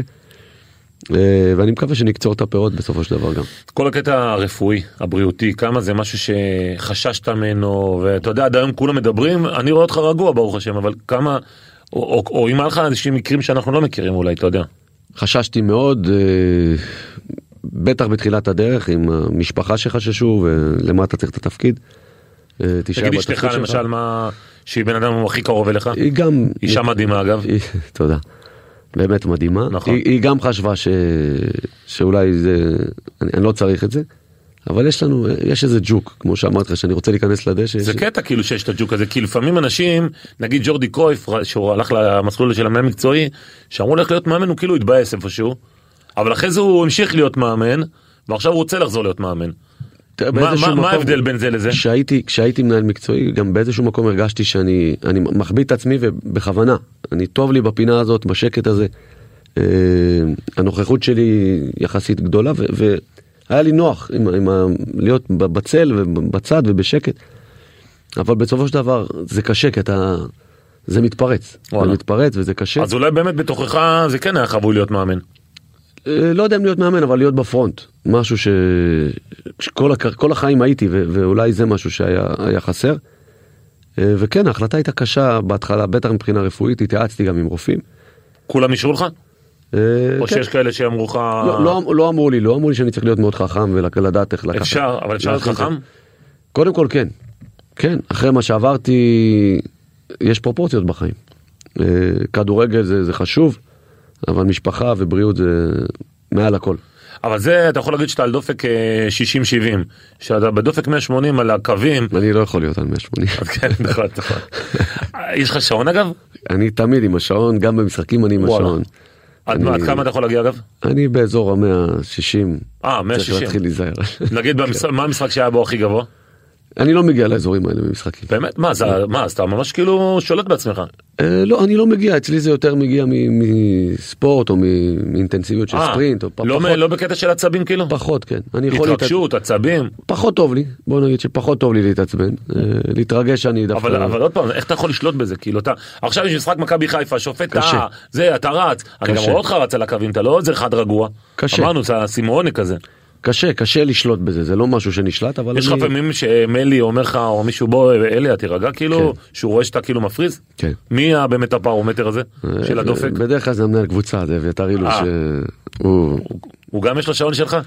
ואני מקווה שנקצור את הפירות בסופו של דבר גם. כל הקטע הרפואי, הבריאותי, כמה זה משהו שחששת ממנו, ואתה יודע, עד היום כולם מדברים, אני רואה אותך רגוע ברוך השם, אבל כמה, או, או, או אם היה לך איזושהי מקרים שאנחנו לא מכירים אולי, אתה יודע. חששתי מאוד, בטח בתחילת הדרך, עם המשפחה שחששו, ולמה אתה צריך את התפקיד. תגיד אשתך למשל, מה, שהיא בן אדם הכי קרוב אליך? היא גם... אישה מדהימה אגב. היא, תודה. באמת מדהימה. נכון. היא, היא גם חשבה ש, שאולי זה, אני, אני לא צריך את זה, אבל יש לנו, יש איזה ג'וק, כמו שאמרתי לך, שאני רוצה להיכנס לדשא. זה ש... קטע כאילו שיש את הג'וק הזה, כי לפעמים אנשים, נגיד ג'ורדי קרויף, שהוא הלך למסלול של המאמן מקצועי, שאמרו לך להיות מאמן, הוא כאילו התבאס איפשהו, אבל אחרי זה הוא המשיך להיות מאמן, ועכשיו הוא רוצה לחזור להיות מאמן. מה, מה, מה ההבדל בין זה לזה? כשהייתי, כשהייתי מנהל מקצועי, גם באיזשהו מקום הרגשתי שאני אני מחביא את עצמי ובכוונה. אני טוב לי בפינה הזאת, בשקט הזה. אה, הנוכחות שלי יחסית גדולה, ו, והיה לי נוח עם, עם ה, להיות בצל ובצד ובשקט. אבל בסופו של דבר זה קשה, כי אתה, זה מתפרץ. וואלה. זה מתפרץ וזה קשה. אז אולי באמת בתוכך זה כן היה חבוי להיות מאמן. לא יודע אם להיות מאמן, אבל להיות בפרונט. משהו ש... שכל כל החיים הייתי, ו... ואולי זה משהו שהיה היה חסר. וכן, ההחלטה הייתה קשה בהתחלה, בטח מבחינה רפואית, התייעצתי גם עם רופאים. כולם אישרו לך? או כן. שיש כאלה שאמרו לך... לא, לא, לא אמרו לי, לא אמרו לי שאני צריך להיות מאוד חכם ולדעת איך לקחת. אפשר, אבל אפשר להיות חכם? קודם כל כן. כן, אחרי מה שעברתי, יש פרופורציות בחיים. כדורגל זה, זה חשוב, אבל משפחה ובריאות זה מעל הכל. אבל זה, אתה יכול להגיד שאתה על דופק שישים שבעים, שאתה בדופק מאה שמונים על הקווים. אני לא יכול להיות על מאה שמונים. כן, נכון, נכון. יש לך שעון אגב? אני תמיד עם השעון, גם במשחקים אני עם השעון. עד כמה אתה יכול להגיע אגב? אני באזור ה-מאה שישים. אה, מאה שישים. צריך להתחיל להיזהר. נגיד, מה המשחק שהיה בו הכי גבוה? אני לא מגיע לאזורים האלה במשחקים. באמת? מה, אז אתה ממש כאילו שולט בעצמך? לא, אני לא מגיע, אצלי זה יותר מגיע מספורט או מאינטנסיביות של ספרינט. לא בקטע של עצבים כאילו? פחות, כן. התרגשות, עצבים? פחות טוב לי, בוא נגיד שפחות טוב לי להתעצבן, להתרגש אני דווקא. אבל עוד פעם, איך אתה יכול לשלוט בזה? כאילו אתה, עכשיו יש משחק מכבי חיפה, שופט, אה, זה, אתה רץ, אני גם רואה אותך רץ על הקווים, אתה לא איזה אחד רגוע. קשה. אמרנו, זה הסימוני כזה. קשה, קשה לשלוט בזה, זה לא משהו שנשלט, אבל... יש לך פעמים שמלי אומר לך, או מישהו בוא, אלי, תירגע כאילו, שהוא רואה שאתה כאילו מפריז? כן. מי באמת הפרומטר הזה, של הדופק? בדרך כלל זה המנהל קבוצה, זה ואתה ראילו שהוא... הוא גם יש לו שעון שלך?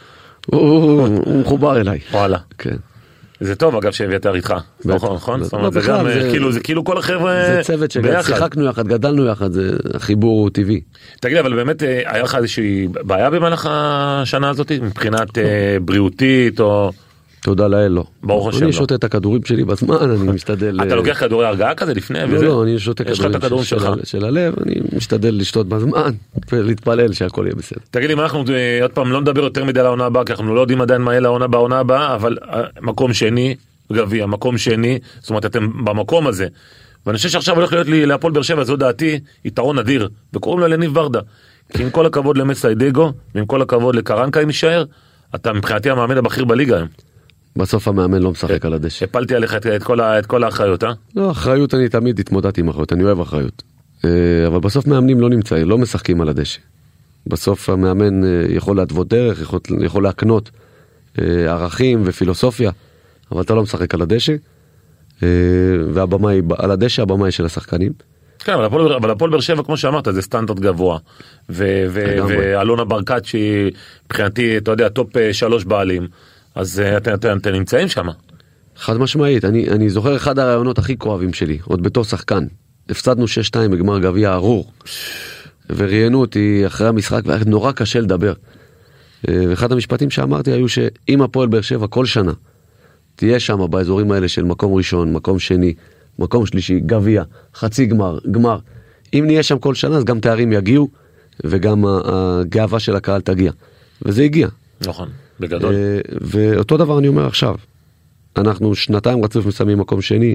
הוא מחובר אליי. וואלה. כן. זה טוב אגב שהביאתר איתך, נכון, נכון? זאת אומרת, זה גם, כאילו, זה כאילו כל החבר'ה זה צוות ששיחקנו יחד, גדלנו יחד, החיבור הוא טבעי. תגיד, אבל באמת היה לך איזושהי בעיה במהלך השנה הזאת, מבחינת בריאותית או... תודה לאל, לא. ברוך השם, לא. אני שותה את הכדורים שלי בזמן, אני משתדל... אתה לוקח כדורי הרגעה כזה לפני? לא, לא, אני שותה כדורים של הלב, אני משתדל לשתות בזמן ולהתפלל שהכל יהיה בסדר. תגיד לי, מה אנחנו עוד פעם לא נדבר יותר מדי על העונה הבאה, כי אנחנו לא יודעים עדיין מה יהיה לעונה בעונה הבאה, אבל מקום שני, גביע, מקום שני, זאת אומרת, אתם במקום הזה. ואני חושב שעכשיו הולך להיות לי להפועל באר שבע, זו דעתי, יתרון אדיר, וקוראים לו לניב ורדה. כי עם כל הכבוד למסיידגו, ועם כל הכבוד לקרנקה אם יישאר, אתה מבחינתי המאמן הבכיר בליגה היום. בסוף המאמן לא משחק על הדשא. הפלתי עליך את כל, את כל האחריות, אה? לא, אחריות אני תמיד התמודדתי עם אחריות, אני אוהב אחריות. אבל בסוף מאמנים לא נמצאים, לא משחקים על הדשא. בסוף המאמן יכול להתוות דרך, יכול, יכול להקנות ערכים ופילוסופיה, אבל אתה לא משחק על הדשא, והבמה היא, על הדשא הבמה היא של השחקנים. כן, אבל הפועל באר שבע, כמו שאמרת, זה סטנדרט גבוה. ואלונה ברקת, שהיא מבחינתי, אתה יודע, טופ שלוש בעלים. אז אתם, אתם, אתם נמצאים שם. חד משמעית, אני, אני זוכר אחד הרעיונות הכי כואבים שלי, עוד בתור שחקן. הפסדנו שש שתיים בגמר גביע ארור, וראיינו אותי אחרי המשחק, והיה נורא קשה לדבר. ואחד המשפטים שאמרתי היו שאם הפועל באר שבע כל שנה תהיה שם באזורים האלה של מקום ראשון, מקום שני, מקום שלישי, גביע, חצי גמר, גמר, אם נהיה שם כל שנה אז גם תארים יגיעו וגם הגאווה של הקהל תגיע, וזה הגיע. נכון, בגדול. ואותו דבר אני אומר עכשיו, אנחנו שנתיים רצוף מסיימים מקום שני,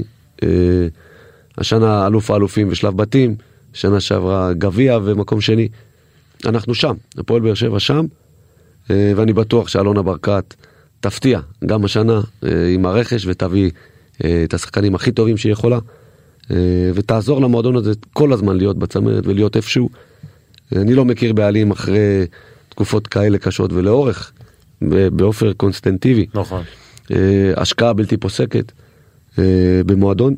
השנה אלוף האלופים ושלב בתים, שנה שעברה גביע ומקום שני, אנחנו שם, הפועל באר שבע שם, ואני בטוח שאלונה ברקת תפתיע גם השנה עם הרכש ותביא את השחקנים הכי טובים שהיא יכולה, ותעזור למועדון הזה כל הזמן להיות בצמרת ולהיות איפשהו. אני לא מכיר בעלים אחרי תקופות כאלה קשות ולאורך, באופן קונסטנטיבי. נכון. השקעה בלתי פוסקת במועדון,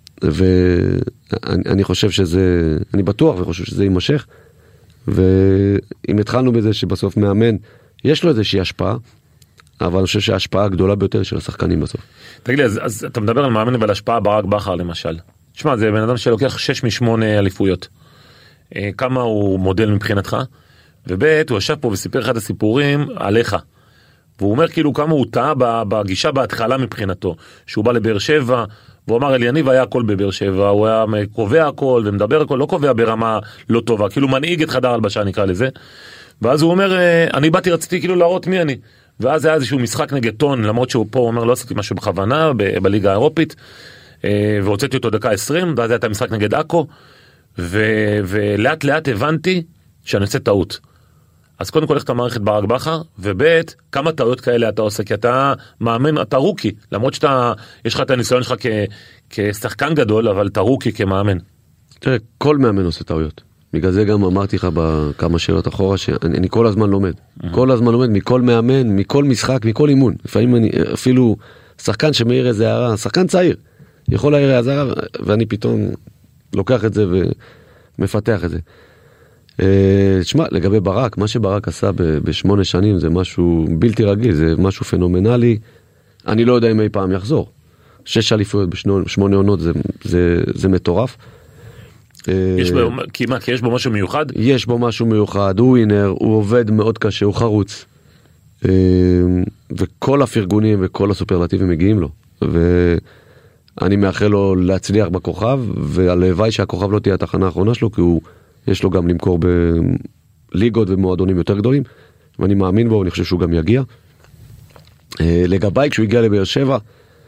ואני חושב שזה, אני בטוח וחושב שזה יימשך, ואם התחלנו בזה שבסוף מאמן, יש לו איזושהי השפעה, אבל אני חושב שההשפעה הגדולה ביותר של השחקנים בסוף. תגיד לי, אז, אז אתה מדבר על מאמן ועל השפעה, ברק בכר למשל. תשמע, זה בן אדם שלוקח שש משמונה אליפויות. אה, כמה הוא מודל מבחינתך? ובית, הוא ישב פה וסיפר אחד הסיפורים עליך. והוא אומר כאילו כמה הוא טעה בגישה בהתחלה מבחינתו. שהוא בא לבאר שבע, והוא אמר אליניב היה הכל בבאר שבע, הוא היה קובע הכל ומדבר הכל, לא קובע ברמה לא טובה, כאילו מנהיג את חדר הלבשה נקרא לזה. ואז הוא אומר, אני באתי רציתי כאילו להראות מי אני. ואז היה איזשהו משחק נגד טון, למרות שהוא פה אומר לא עשיתי משהו בכוונה ב- בליגה האירופית, והוצאתי אותו דקה עשרים, ואז היה את המשחק נגד אקו, ו- ולאט לאט הבנתי שאני עושה טעות. אז קודם כל איך אתה מערכת ברק בכר, ובית, כמה טעויות כאלה אתה עושה, כי אתה מאמן, אתה רוקי, למרות שאתה, יש לך את הניסיון שלך כ- כשחקן גדול, אבל אתה רוקי כמאמן. תראה, כל מאמן עושה טעויות. בגלל זה גם אמרתי לך בכמה שאלות אחורה, שאני אני כל הזמן לומד. Mm-hmm. כל הזמן לומד מכל מאמן, מכל משחק, מכל אימון. לפעמים אני, אפילו שחקן שמעיר איזה הערה, שחקן צעיר, יכול להעיר איזה הערה, ואני פתאום לוקח את זה ומפתח את זה. תשמע, לגבי ברק, מה שברק עשה בשמונה שנים זה משהו בלתי רגיל, זה משהו פנומנלי. אני לא יודע אם אי פעם יחזור. שש אליפויות בשמונה עונות זה, זה, זה מטורף. יש בו, כי מה, כי יש בו משהו מיוחד? יש בו משהו מיוחד, הוא ווינר, הוא עובד מאוד קשה, הוא חרוץ. וכל הפרגונים וכל הסופרלטיבים מגיעים לו. ואני מאחל לו להצליח בכוכב, והלוואי שהכוכב לא תהיה התחנה האחרונה שלו, כי הוא, יש לו גם למכור בליגות ומועדונים יותר גדולים, ואני מאמין בו, אני חושב שהוא גם יגיע. לגבי, כשהוא הגיע לבאר שבע,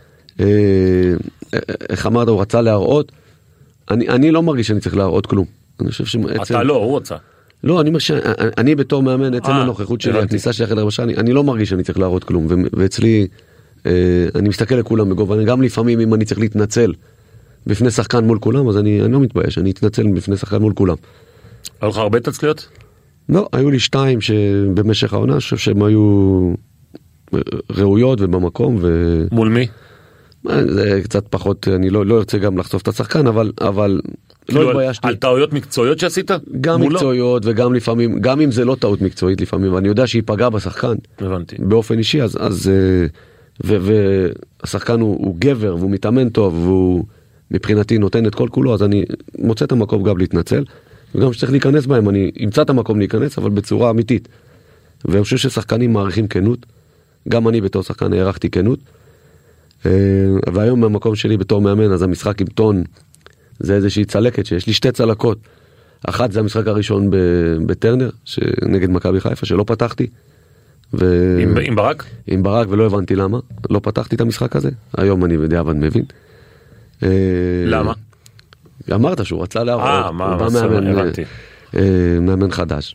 איך אמרת, הוא רצה להראות, אני, אני לא מרגיש שאני צריך להראות כלום. אני חושב שעצם... אתה לא, הוא רוצה. לא, אני, מרגיש, אני, אני בתור מאמן, עצם הנוכחות שלי, הכניסה שלי אחרי הרבשה, אני, אני לא מרגיש שאני צריך להראות כלום. ו, ואצלי, אה, אני מסתכל לכולם בגובה, גם לפעמים אם אני צריך להתנצל בפני שחקן מול כולם, אז אני, אני לא מתבייש, אני אתנצל בפני שחקן מול כולם. היו לך הרבה תצליות? לא, היו לי שתיים שבמשך העונה, אני חושב שהם היו ראויות ובמקום. ו... מול מי? זה קצת פחות, אני לא, לא ארצה גם לחשוף את השחקן, אבל, אבל כאילו לא התביישתי. על, על טעויות מקצועיות שעשית? גם מקצועיות לא? וגם לפעמים, גם אם זה לא טעות מקצועית לפעמים, ואני יודע שהיא פגעה בשחקן. הבנתי. באופן אישי, אז, אז ו, והשחקן הוא, הוא גבר, והוא מתאמן טוב, והוא מבחינתי נותן את כל כולו, אז אני מוצא את המקום גם להתנצל, וגם שצריך להיכנס בהם, אני אמצא את המקום להיכנס, אבל בצורה אמיתית. ואני חושב ששחקנים מעריכים כנות, גם אני בתור שחקן הערכתי כנות, והיום במקום שלי בתור מאמן, אז המשחק עם טון זה איזושהי צלקת, שיש לי שתי צלקות. אחת זה המשחק הראשון בטרנר, נגד מכבי חיפה, שלא פתחתי. ו... עם, עם ברק? עם ברק, ולא הבנתי למה. לא פתחתי את המשחק הזה. היום אני בדיעבד מבין. למה? אמרת שהוא רצה להראות. אה, מה, מה, מאמן, הבנתי. מאמן חדש.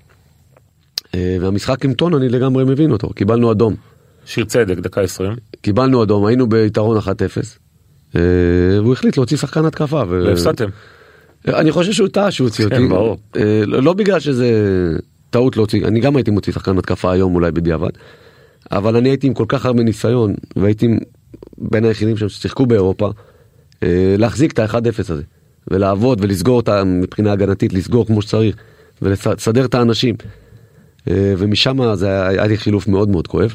והמשחק עם טון אני לגמרי מבין אותו. קיבלנו אדום. שיר צדק, דקה עשרים. קיבלנו אדום, היינו ביתרון אחת אפס, והוא החליט להוציא שחקן התקפה. והפסדתם. אני חושב שהוא טעה שהוא הוציא אותי. כן, ברור. לא בגלל שזה טעות להוציא, אני גם הייתי מוציא שחקן התקפה היום אולי בדיעבד, אבל אני הייתי עם כל כך הרבה ניסיון, והייתי בין היחידים ששיחקו באירופה, להחזיק את ה-אחד אפס הזה, ולעבוד ולסגור אותה מבחינה הגנתית, לסגור כמו שצריך, ולסדר את האנשים. ומשם זה היה לי חילוף מאוד מאוד כואב.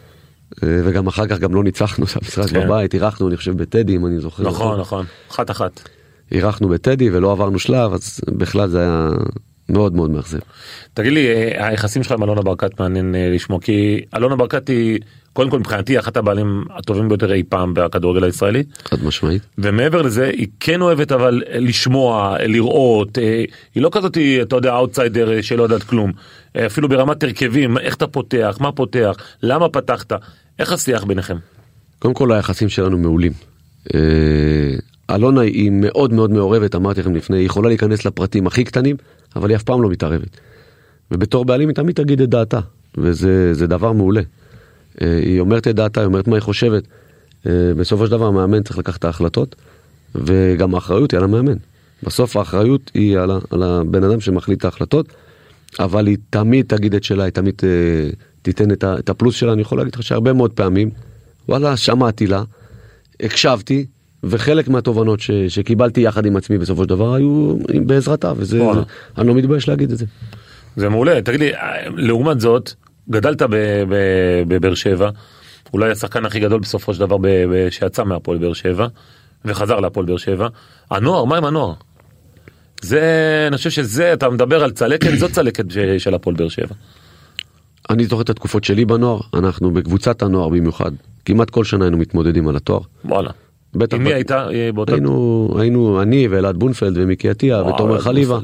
וגם אחר כך גם לא ניצחנו את המשחק בבית, אירחנו אני חושב בטדי אם אני זוכר. נכון, נכון, אחת אחת. אירחנו בטדי ולא עברנו שלב, אז בכלל זה היה מאוד מאוד מאכזב. תגיד לי, היחסים שלך עם אלונה ברקת מעניין לשמוע, כי אלונה ברקת היא, קודם כל מבחינתי, אחת הבעלים הטובים ביותר אי פעם בכדורגל הישראלי. חד משמעית. ומעבר לזה, היא כן אוהבת אבל לשמוע, לראות, היא לא כזאת, אתה יודע, אאוטסיידר שלא יודעת כלום. אפילו ברמת הרכבים, איך אתה פותח, מה פותח, למה פתחת, איך השיח ביניכם? קודם כל היחסים שלנו מעולים. אלונה היא מאוד מאוד מעורבת, אמרתי לכם לפני, היא יכולה להיכנס לפרטים הכי קטנים, אבל היא אף פעם לא מתערבת. ובתור בעלים היא תמיד תגיד את דעתה, וזה זה דבר מעולה. היא אומרת את דעתה, היא אומרת מה היא חושבת. בסופו של דבר המאמן צריך לקחת את ההחלטות, וגם האחריות היא על המאמן. בסוף האחריות היא על, על הבן אדם שמחליט את ההחלטות, אבל היא תמיד תגיד את שלה, היא תמיד תיתן את, ה, את הפלוס שלה. אני יכול להגיד לך שהרבה מאוד פעמים, וואלה, שמעתי לה, הקשבתי, וחלק מהתובנות ש, שקיבלתי יחד עם עצמי בסופו של דבר היו בעזרתה, וזה, זה, אני לא מתבייש להגיד את זה. זה מעולה. תגיד לי, לעומת זאת, גדלת בבאר שבע, אולי השחקן הכי גדול בסופו של דבר שיצא מהפועל באר שבע, וחזר להפועל באר שבע. הנוער, מה עם הנוער? זה, אני חושב שזה, אתה מדבר על צלקת, זאת צלקת של הפועל באר שבע. אני זוכר את התקופות שלי בנוער, אנחנו בקבוצת הנוער במיוחד, כמעט כל שנה היינו מתמודדים על התואר. וואלה. עם מי הייתה באותה? היינו, היינו אני ואלעד בונפלד ומיקי עטיה ותומר חליבה.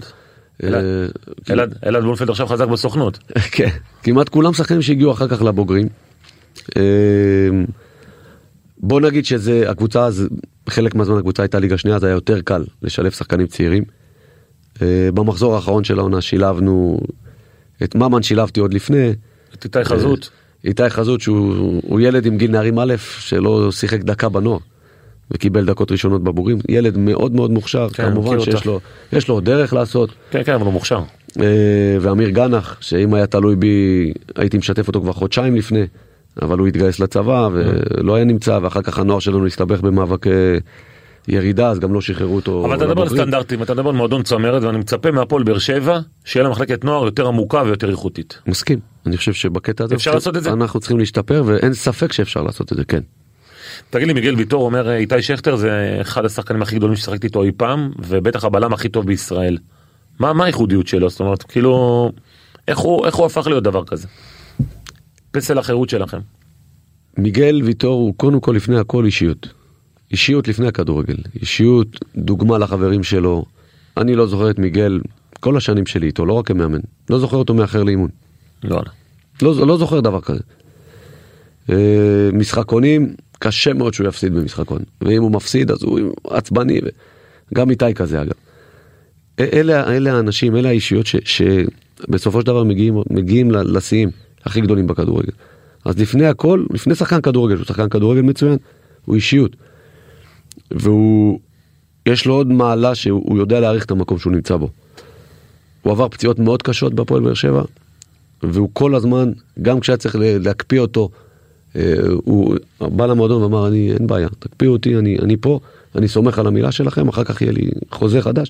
אלעד בונפלד עכשיו חזק בסוכנות. כן, כמעט כולם שחקנים שהגיעו אחר כך לבוגרים. בוא נגיד שזה, הקבוצה, חלק מהזמן הקבוצה הייתה ליגה שנייה, זה היה יותר קל לשלב שחקנים צעירים. במחזור האחרון של העונה שילבנו, את ממן שילבתי עוד לפני. את איתי חזות. איתי חזות שהוא ילד עם גיל נערים א' שלא שיחק דקה בנוער. וקיבל דקות ראשונות בבוגרים, ילד מאוד מאוד מוכשר, כן, כמובן שיש לו, יש לו דרך לעשות. כן, כן, אבל הוא מוכשר. ואמיר גנח, שאם היה תלוי בי, הייתי משתף אותו כבר חודשיים לפני, אבל הוא התגייס לצבא, ולא היה נמצא, ואחר כך הנוער שלנו הסתבך במאבק ירידה, אז גם לא שחררו אותו. אבל אתה מדבר על סטנדרטים, אתה מדבר על מועדון צמרת, ואני מצפה מהפועל באר שבע, שיהיה לה מחלקת נוער יותר עמוקה ויותר איכותית. מסכים, אני חושב שבקטע הזה, אפשר לעשות את זה? אנחנו צריכים להשתפר, ואין ספק שאפשר לעשות את זה, כן. תגיד לי, מיגל ויטור אומר, איתי שכטר זה אחד השחקנים הכי גדולים ששחקתי איתו אי פעם, ובטח הבלם הכי טוב בישראל. מה, מה הייחודיות שלו? זאת אומרת, כאילו, איך הוא, איך הוא הפך להיות דבר כזה? פסל החירות שלכם. מיגל ויטור הוא קודם כל לפני הכל אישיות. אישיות לפני הכדורגל. אישיות, דוגמה לחברים שלו. אני לא זוכר את מיגל כל השנים שלי איתו, לא רק כמאמן. לא זוכר אותו מאחר לאימון. לא, לא, לא זוכר דבר כזה. משחקונים, קשה מאוד שהוא יפסיד במשחקון. ואם הוא מפסיד, אז הוא עצבני. גם איתי כזה, אגב. אלה, אלה האנשים, אלה האישיות ש, שבסופו של דבר מגיעים, מגיעים לשיאים הכי גדולים בכדורגל. אז לפני הכל, לפני שחקן כדורגל, שהוא שחקן כדורגל מצוין, הוא אישיות. והוא, יש לו עוד מעלה שהוא יודע להעריך את המקום שהוא נמצא בו. הוא עבר פציעות מאוד קשות בפועל באר שבע, והוא כל הזמן, גם כשהיה צריך להקפיא אותו, הוא בא למועדון ואמר, אני, אין בעיה, תקפיאו אותי, אני, אני פה, אני סומך על המילה שלכם, אחר כך יהיה לי חוזה חדש.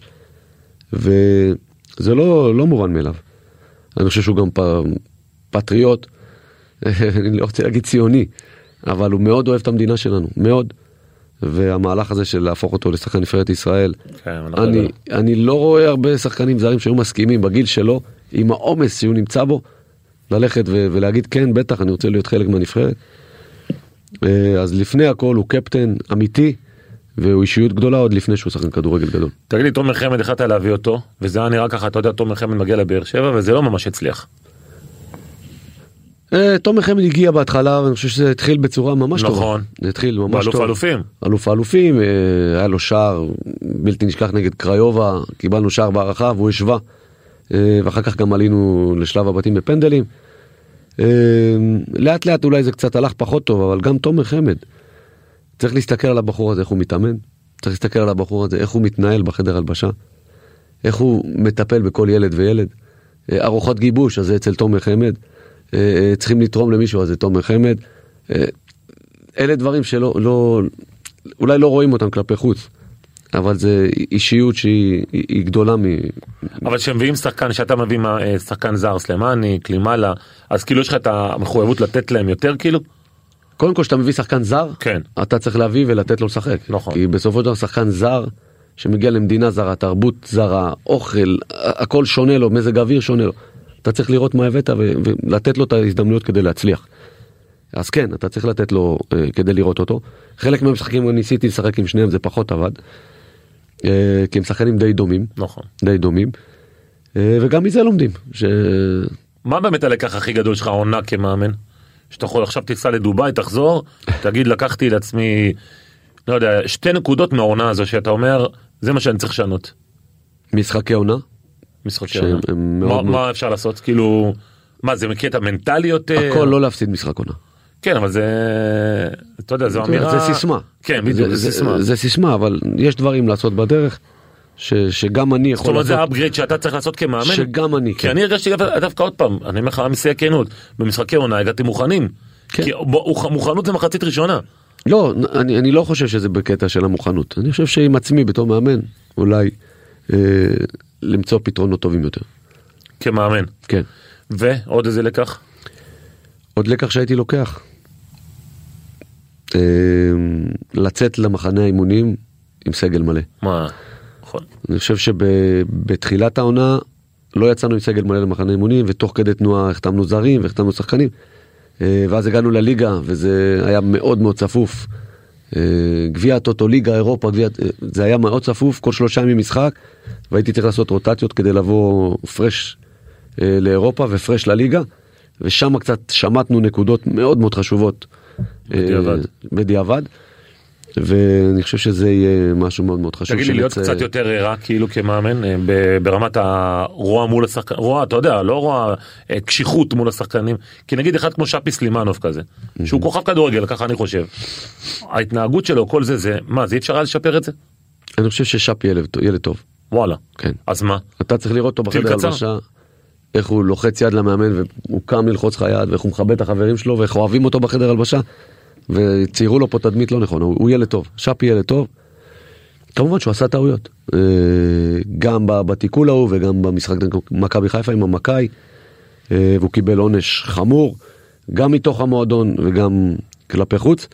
וזה לא, לא מובן מאליו. אני חושב שהוא גם פ, פטריוט, אני לא רוצה להגיד ציוני, אבל הוא מאוד אוהב את המדינה שלנו, מאוד. והמהלך הזה של להפוך אותו לשחקן נבחרת ישראל, כן, אני, אני לא רואה הרבה שחקנים זרים שהיו מסכימים בגיל שלו, עם העומס שהוא נמצא בו, ללכת ו- ולהגיד כן, בטח, אני רוצה להיות חלק מהנבחרת. אז לפני הכל הוא קפטן אמיתי, והוא אישיות גדולה עוד לפני שהוא שחקן כדורגל גדול. תגיד לי, תומר חמד החלטת להביא אותו, וזה היה נראה ככה, אתה יודע, תומר חמד מגיע לבאר שבע, וזה לא ממש הצליח. תומר חמד הגיע בהתחלה, ואני חושב שזה התחיל בצורה ממש טובה. נכון. זה התחיל ממש טוב. באלוף האלופים. אלוף האלופים, היה לו שער בלתי נשכח נגד קריובה, קיבלנו שער בערכה, והוא השווה. ואחר כך גם עלינו לשלב הבתים בפנדלים. לאט לאט אולי זה קצת הלך פחות טוב, אבל גם תומר חמד, צריך להסתכל על הבחור הזה, איך הוא מתאמן. צריך להסתכל על הבחור הזה, איך הוא מתנהל בחדר הלבשה. איך הוא מטפל בכל ילד וילד. ארוחות גיבוש, אז זה אצל תומר חמד. צריכים לתרום למישהו, אז זה תומר חמד. אלה דברים שלא, לא, אולי לא רואים אותם כלפי חוץ, אבל זה אישיות שהיא היא גדולה מ... אבל שמביאים שחקן, שאתה מביא שחקן זר, סלמני, קלימלה, אז כאילו יש לך את המחויבות לתת להם יותר כאילו? קודם כל שאתה מביא שחקן זר, כן. אתה צריך להביא ולתת לו לשחק. נכון. כי בסופו של דבר שחקן זר, שמגיע למדינה זרה, תרבות זרה, אוכל, הכל שונה לו, מזג האוויר שונה לו. אתה צריך לראות מה הבאת ולתת לו את ההזדמנויות כדי להצליח. אז כן, אתה צריך לתת לו כדי לראות אותו. חלק מהמשחקים ניסיתי לשחק עם שניהם, זה פחות עבד. כי הם שחקנים די דומים. נכון. די דומים. וגם מזה לומדים. ש... מה באמת הלקח הכי גדול שלך עונה כמאמן? שאתה יכול עכשיו תיסע לדוביי, תחזור, תגיד לקחתי לעצמי, לא יודע, שתי נקודות מהעונה הזו שאתה אומר, זה מה שאני צריך לשנות. משחקי עונה? משחקי עונה. מה, מה אפשר לעשות? כאילו, מה זה מקטע מנטלי יותר? הכל לא להפסיד משחק עונה. כן, אבל זה, אתה יודע, זו אמירה... זה סיסמה. כן, בדיוק, זה, זה סיסמה. זה, זה סיסמה, אבל יש דברים לעשות בדרך, ש, שגם אני יכול לעשות. זאת אומרת, זה האפגרייד שאתה צריך לעשות כמאמן? שגם אני, כי כן. אני הרגשתי דווקא עוד פעם, אני אומר לך, מסייע כנות, במשחקי עונה הגעתי מוכנים. כן. כי מוכנות זה מחצית ראשונה. לא, אני, אני לא חושב שזה בקטע של המוכנות. אני חושב שעם עצמי בתור מאמן, אולי אה, למצוא פתרונות טובים יותר. כמאמן. כן. ועוד איזה לקח? עוד לקח שהייתי לוקח. אה, לצאת למחנה האימונים עם סגל מלא. מה? נכון. אני חושב שבתחילת העונה לא יצאנו עם סגל מלא למחנה האימונים, ותוך כדי תנועה החתמנו זרים והחתמנו שחקנים. ואז הגענו לליגה, וזה היה מאוד מאוד צפוף. גביע טוטו, ליגה, אירופה, גביע, זה היה מאוד צפוף, כל שלושה ימים משחק, והייתי צריך לעשות רוטציות כדי לבוא פרש לאירופה ופרש לליגה, ושם קצת שמטנו נקודות מאוד מאוד חשובות. בדיעבד. בדיעבד. ואני חושב שזה יהיה משהו מאוד מאוד חשוב. תגיד לי, להיות קצת יותר רע, כאילו כמאמן, ברמת הרוע מול השחקנים, רוע, אתה יודע, לא רוע, קשיחות מול השחקנים, כי נגיד אחד כמו שפי סלימנוב כזה, שהוא כוכב כדורגל, ככה אני חושב, ההתנהגות שלו, כל זה, זה, מה, זה אי אפשר היה לשפר את זה? אני חושב ששפי ילד טוב. וואלה. כן. אז מה? אתה צריך לראות אותו בחדר הלבשה, איך הוא לוחץ יד למאמן, והוא קם ללחוץ לך יד, ואיך הוא מכבד את החברים שלו, ואיך אוהבים אותו בחדר הלבשה. וציירו לו פה תדמית לא נכון, הוא, הוא ילד טוב, שפי ילד טוב, כמובן שהוא עשה טעויות, גם בתיקול ההוא וגם במשחק מכבי חיפה עם המכאי, והוא קיבל עונש חמור, גם מתוך המועדון וגם כלפי חוץ.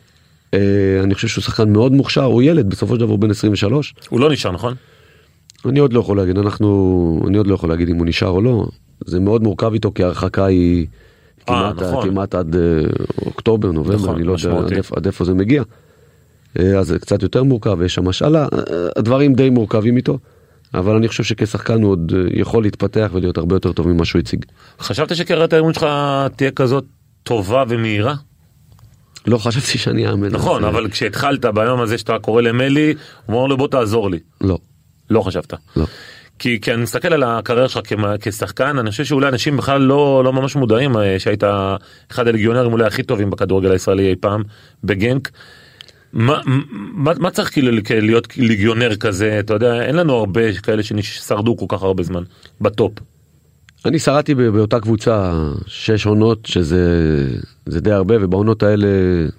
אני חושב שהוא שחקן מאוד מוכשר, הוא ילד, בסופו של דבר הוא בן עשרים ושלוש. הוא לא נשאר, נכון? אני עוד לא יכול להגיד, אנחנו, אני עוד לא יכול להגיד אם הוא נשאר או לא, זה מאוד מורכב איתו כי ההרחקה היא כמעט, נכון. כמעט עד אוקטובר, נובמבר, נכון, אני לא יודע עד, עד איפה זה מגיע. אז זה קצת יותר מורכב, יש שם השאלה, הדברים די מורכבים איתו, אבל אני חושב שכשחקן הוא עוד יכול להתפתח ולהיות הרבה יותר טוב ממה שהוא הציג. חשבת שקריירת האימון שלך תהיה כזאת טובה ומהירה? לא חשבתי שאני אאמן. נכון, אבל כשהתחלת ביום הזה שאתה קורא למלי, הוא אומר לו בוא תעזור לי. לא. לא חשבת. לא. כי, כי אני מסתכל על הקריירה שלך כשחקן, אני חושב שאולי אנשים בכלל לא, לא ממש מודעים שהיית אחד הלגיונרים אולי הכי טובים בכדורגל הישראלי אי פעם, בגנק. מה, מה, מה צריך כאילו להיות לגיונר כזה? אתה יודע, אין לנו הרבה כאלה ששרדו כל כך הרבה זמן בטופ. אני שרדתי באותה קבוצה שש עונות, שזה זה די הרבה, ובעונות האלה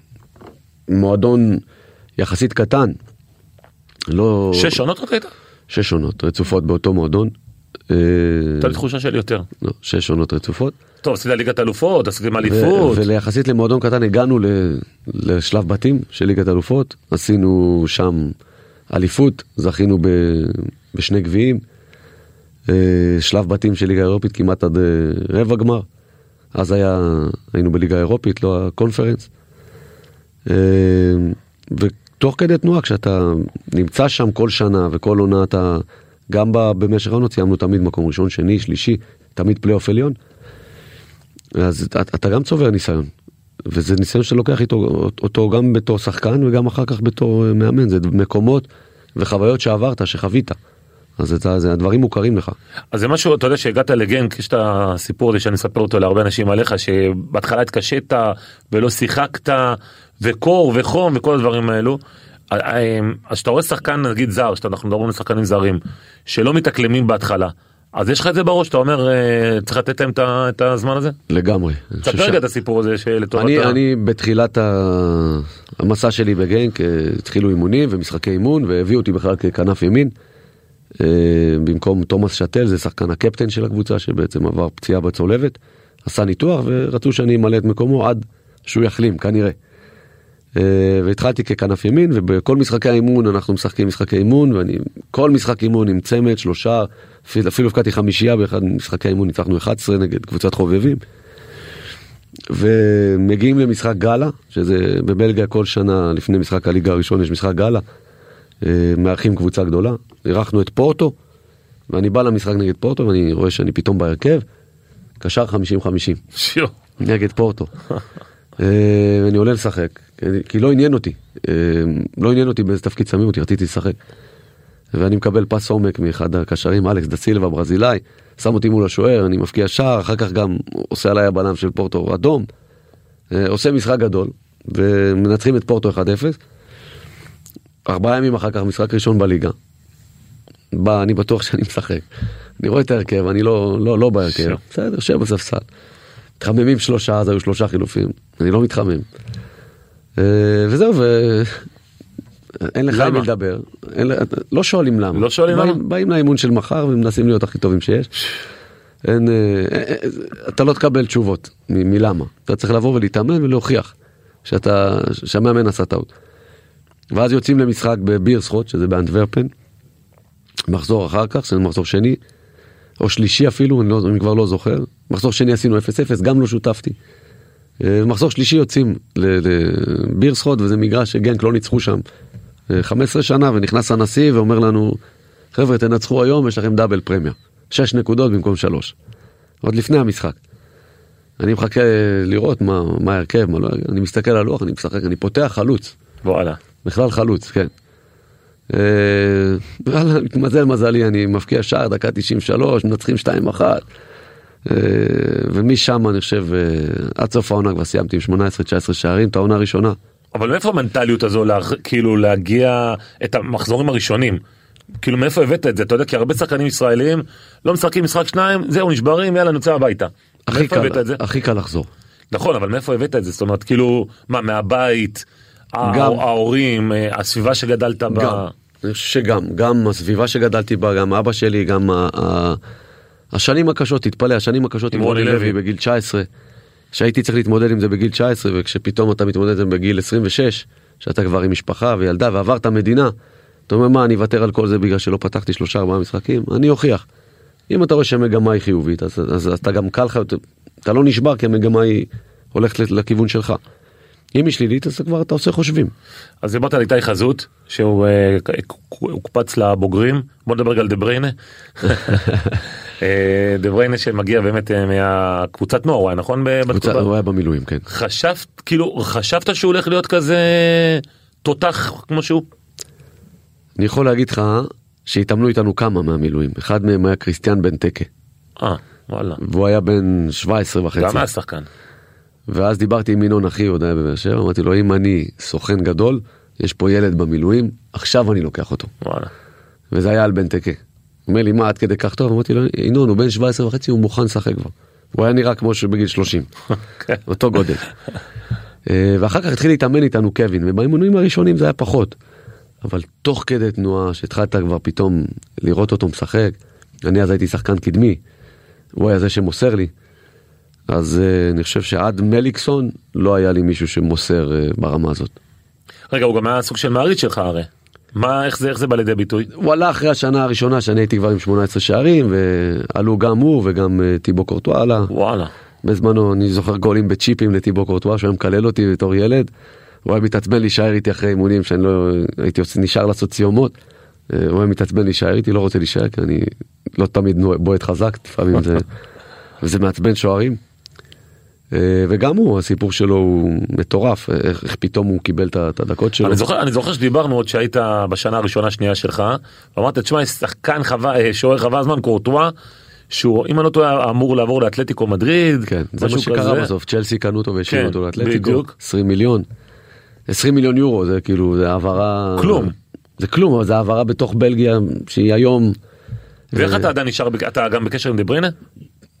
מועדון יחסית קטן. לא... שש עונות רק הייתה? שש עונות רצופות באותו מועדון. הייתה לי תחושה של יותר. לא, שש עונות רצופות. טוב, עשיתי ליגת אלופות, עשיתי אליפות. וליחסית למועדון קטן הגענו לשלב בתים של ליגת אלופות, עשינו שם אליפות, זכינו בשני גביעים, שלב בתים של ליגה אירופית כמעט עד רבע גמר, אז היה, היינו בליגה אירופית, לא הקונפרנס. ותוך כדי תנועה, כשאתה נמצא שם כל שנה וכל עונה, אתה גם במשך העונות סיימנו תמיד מקום ראשון, שני, שלישי, תמיד פלייאוף עליון. אז אתה, אתה גם צובר ניסיון, וזה ניסיון שאתה לוקח איתו, אותו גם בתור שחקן וגם אחר כך בתור מאמן, זה מקומות וחוויות שעברת, שחווית, אז זה, זה, הדברים מוכרים לך. אז זה משהו, אתה יודע שהגעת לגנק, יש את הסיפור הזה שאני אספר אותו להרבה אנשים עליך, שבהתחלה התקשית ולא שיחקת, וקור וחום וכל הדברים האלו, אז שאתה רואה שחקן נגיד זר, שאנחנו מדברים על שחקנים זרים, שלא מתאקלמים בהתחלה, אז יש לך את זה בראש, אתה אומר, צריך לתת להם את הזמן הזה? לגמרי. תספר רגע את הסיפור הזה שלתורת... אני, אני בתחילת המסע שלי בגנק, התחילו אימונים ומשחקי אימון, והביאו אותי בכלל ככנף ימין, במקום תומאס שטל, זה שחקן הקפטן של הקבוצה, שבעצם עבר פציעה בצולבת, עשה ניתוח, ורצו שאני אמלא את מקומו עד שהוא יחלים, כנראה. והתחלתי ככנף ימין, ובכל משחקי האימון אנחנו משחקים משחקי אימון, ואני כל משחק אימון עם צמד, שלושה, אפילו הפקעתי חמישייה באחד משחקי האימון, ניצחנו אחת עשרה נגד קבוצת חובבים, ומגיעים למשחק גאלה, שזה בבלגיה כל שנה לפני משחק הליגה הראשון יש משחק גאלה, מארחים קבוצה גדולה, אירחנו את פורטו, ואני בא למשחק נגד פורטו, ואני רואה שאני פתאום בהרכב, קשר חמישים חמישים, נגד פורטו. ואני עולה לשחק, כי לא עניין אותי, לא עניין אותי באיזה תפקיד שמים אותי, רציתי לשחק. ואני מקבל פס עומק מאחד הקשרים, אלכס דה סילבה, ברזילאי, שם אותי מול השוער, אני מפקיע שער, אחר כך גם עושה עליי הבלם של פורטו אדום, עושה משחק גדול, ומנצחים את פורטו אחד אפס, ארבעה ימים אחר כך משחק ראשון בליגה, בא, אני בטוח שאני משחק, אני רואה את ההרכב, אני לא, לא, לא בהרכב, בסדר, יושב בספסל, מתחממים שלושה, אז היו שלושה חילופים, אני לא מתחמם, וזהו, ואין לך מי לדבר, לא שואלים למה, לא שואלים למה, באים לאימון של מחר ומנסים להיות הכי טובים שיש, אתה לא תקבל תשובות מלמה, אתה צריך לבוא ולהתאמן ולהוכיח שאתה, שהמאמן עשה טעות. ואז יוצאים למשחק בבירסחוט, שזה באנטוורפן, מחזור אחר כך, שזה מחזור שני, או שלישי אפילו, אני, לא, אני כבר לא זוכר, מחזור שני עשינו אפס אפס, גם לא שותפתי. מחזור שלישי יוצאים לבירסחוט, וזה מגרש שגנק לא ניצחו שם חמש עשרה שנה, ונכנס הנשיא ואומר לנו, חבר'ה, תנצחו היום, יש לכם דאבל פרמיה. שש נקודות במקום שלוש. עוד לפני המשחק. אני מחכה לראות מה, מה הרכב, מה לא, אני מסתכל על לוח, אני משחק, אני פותח חלוץ. וואלה. בכלל חלוץ, כן. וואלה, מזל מזלי, אני מפקיע שער, דקה תשעים ושלוש, מנצחים שתיים אחת. ומשם אני חושב, עד סוף העונה כבר סיימתי עם שמונה עשרה תשע עשרה שערים, את העונה הראשונה. אבל מאיפה המנטליות הזו, כאילו להגיע את המחזורים הראשונים? כאילו מאיפה הבאת את זה? אתה יודע, כי הרבה שחקנים ישראלים לא משחקים משחק שניים, זהו, נשברים, יאללה, נוצא הביתה. הכי קל, הכי קל לחזור. נכון, אבל מאיפה הבאת את זה? זאת אומרת, כאילו, מה, מהבית, ההורים, הסביבה שגדלת בה? גם, אני חושב שגם, גם הסביבה שגדלתי בה, גם אבא שלי, גם השנים הקשות, תתפלא, השנים הקשות עם רוני לוי בגיל תשע עשרה, שהייתי צריך להתמודד עם זה בגיל תשע עשרה, וכשפתאום אתה מתמודד עם זה בגיל עשרים ושש, שאתה כבר עם משפחה וילדה ועברת מדינה, אתה אומר מה, אני אוותר על כל זה בגלל שלא פתחתי שלושה ארבעה משחקים, אני אוכיח. אם אתה רואה שהמגמה היא חיובית, אז, אז, אז אתה גם קל לך, אתה לא נשבר כי המגמה היא הולכת לכיוון שלך. אם היא שלילית, אז כבר אתה עושה חושבים. אז דיברת על איתי חזות, שהוא הוקפץ לבוגרים, בוא נדבר על דה בריינה. דה בריינה שמגיע באמת מהקבוצת נוער, הוא היה נכון? הוא היה במילואים, כן. חשבת, כאילו, חשבת שהוא הולך להיות כזה תותח כמו שהוא? אני יכול להגיד לך שהתאמנו איתנו כמה מהמילואים. אחד מהם היה קריסטיאן בן טקה. אה, וואלה. והוא היה בן שבע עשרה וחצי. גם היה שחקן. ואז דיברתי עם מינון אחי, עוד היה בבאר שבע, אמרתי לו, אם אני סוכן גדול, יש פה ילד במילואים, עכשיו אני לוקח אותו. וואלה. וזה היה על בן טקה. הוא אומר לי, מה עד כדי כך טוב? אמרתי לו, אינון, הוא בן שבע עשרה וחצי, הוא מוכן לשחק כבר. הוא היה נראה כמו שבגיל שלושים. אותו גודל. ואחר כך התחיל להתאמן איתנו קווין, ובאימונים הראשונים זה היה פחות. אבל תוך כדי תנועה שהתחלת כבר פתאום לראות אותו משחק, אני אז הייתי שחקן קדמי, הוא היה זה שמוסר לי, אז uh, אני חושב שעד מליקסון לא היה לי מישהו שמוסר uh, ברמה הזאת. רגע, הוא גם היה סוג של מעריץ שלך הרי. מה, איך זה, איך זה בא לידי ביטוי? הוא עלה אחרי השנה הראשונה שאני הייתי כבר עם שמונה עשרה שערים, ועלו גם הוא וגם uh, טיבו קורטואה עלה. וואלה. בזמנו אני זוכר גולים בצ'יפים לטיבו קורטואה, שהוא היה מקלל אותי בתור ילד, הוא היה מתעצבן להישאר איתי אחרי אימונים, שאני לא הייתי נשאר לעשות סיומות, הוא היה מתעצבן להישאר איתי, לא רוצה להישאר, כי אני לא תמיד בועט חזק, לפעמים זה, וזה מעצבן שוערים. וגם הוא, הסיפור שלו הוא מטורף, איך, איך פתאום הוא קיבל את הדקות שלו. אני זוכר, אני זוכר שדיברנו עוד שהיית בשנה הראשונה השנייה שלך, ואמרת, תשמע, יש שחקן חווה, שוער חווה הזמן, קורטואה, שהוא, אם אני לא טועה, אמור לעבור לאתלטיקו מדריד. כן, זה מה שקרה בסוף, צ'לסי קנו אותו והשאירו אותו לאתלטיקו, עשרים מיליון. עשרים מיליון יורו, זה כאילו, זה העברה... כלום. זה כלום, אבל זה העברה בתוך בלגיה, שהיא היום... ואיך אתה עדיין נשאר, אתה גם בקשר עם דה בריינה?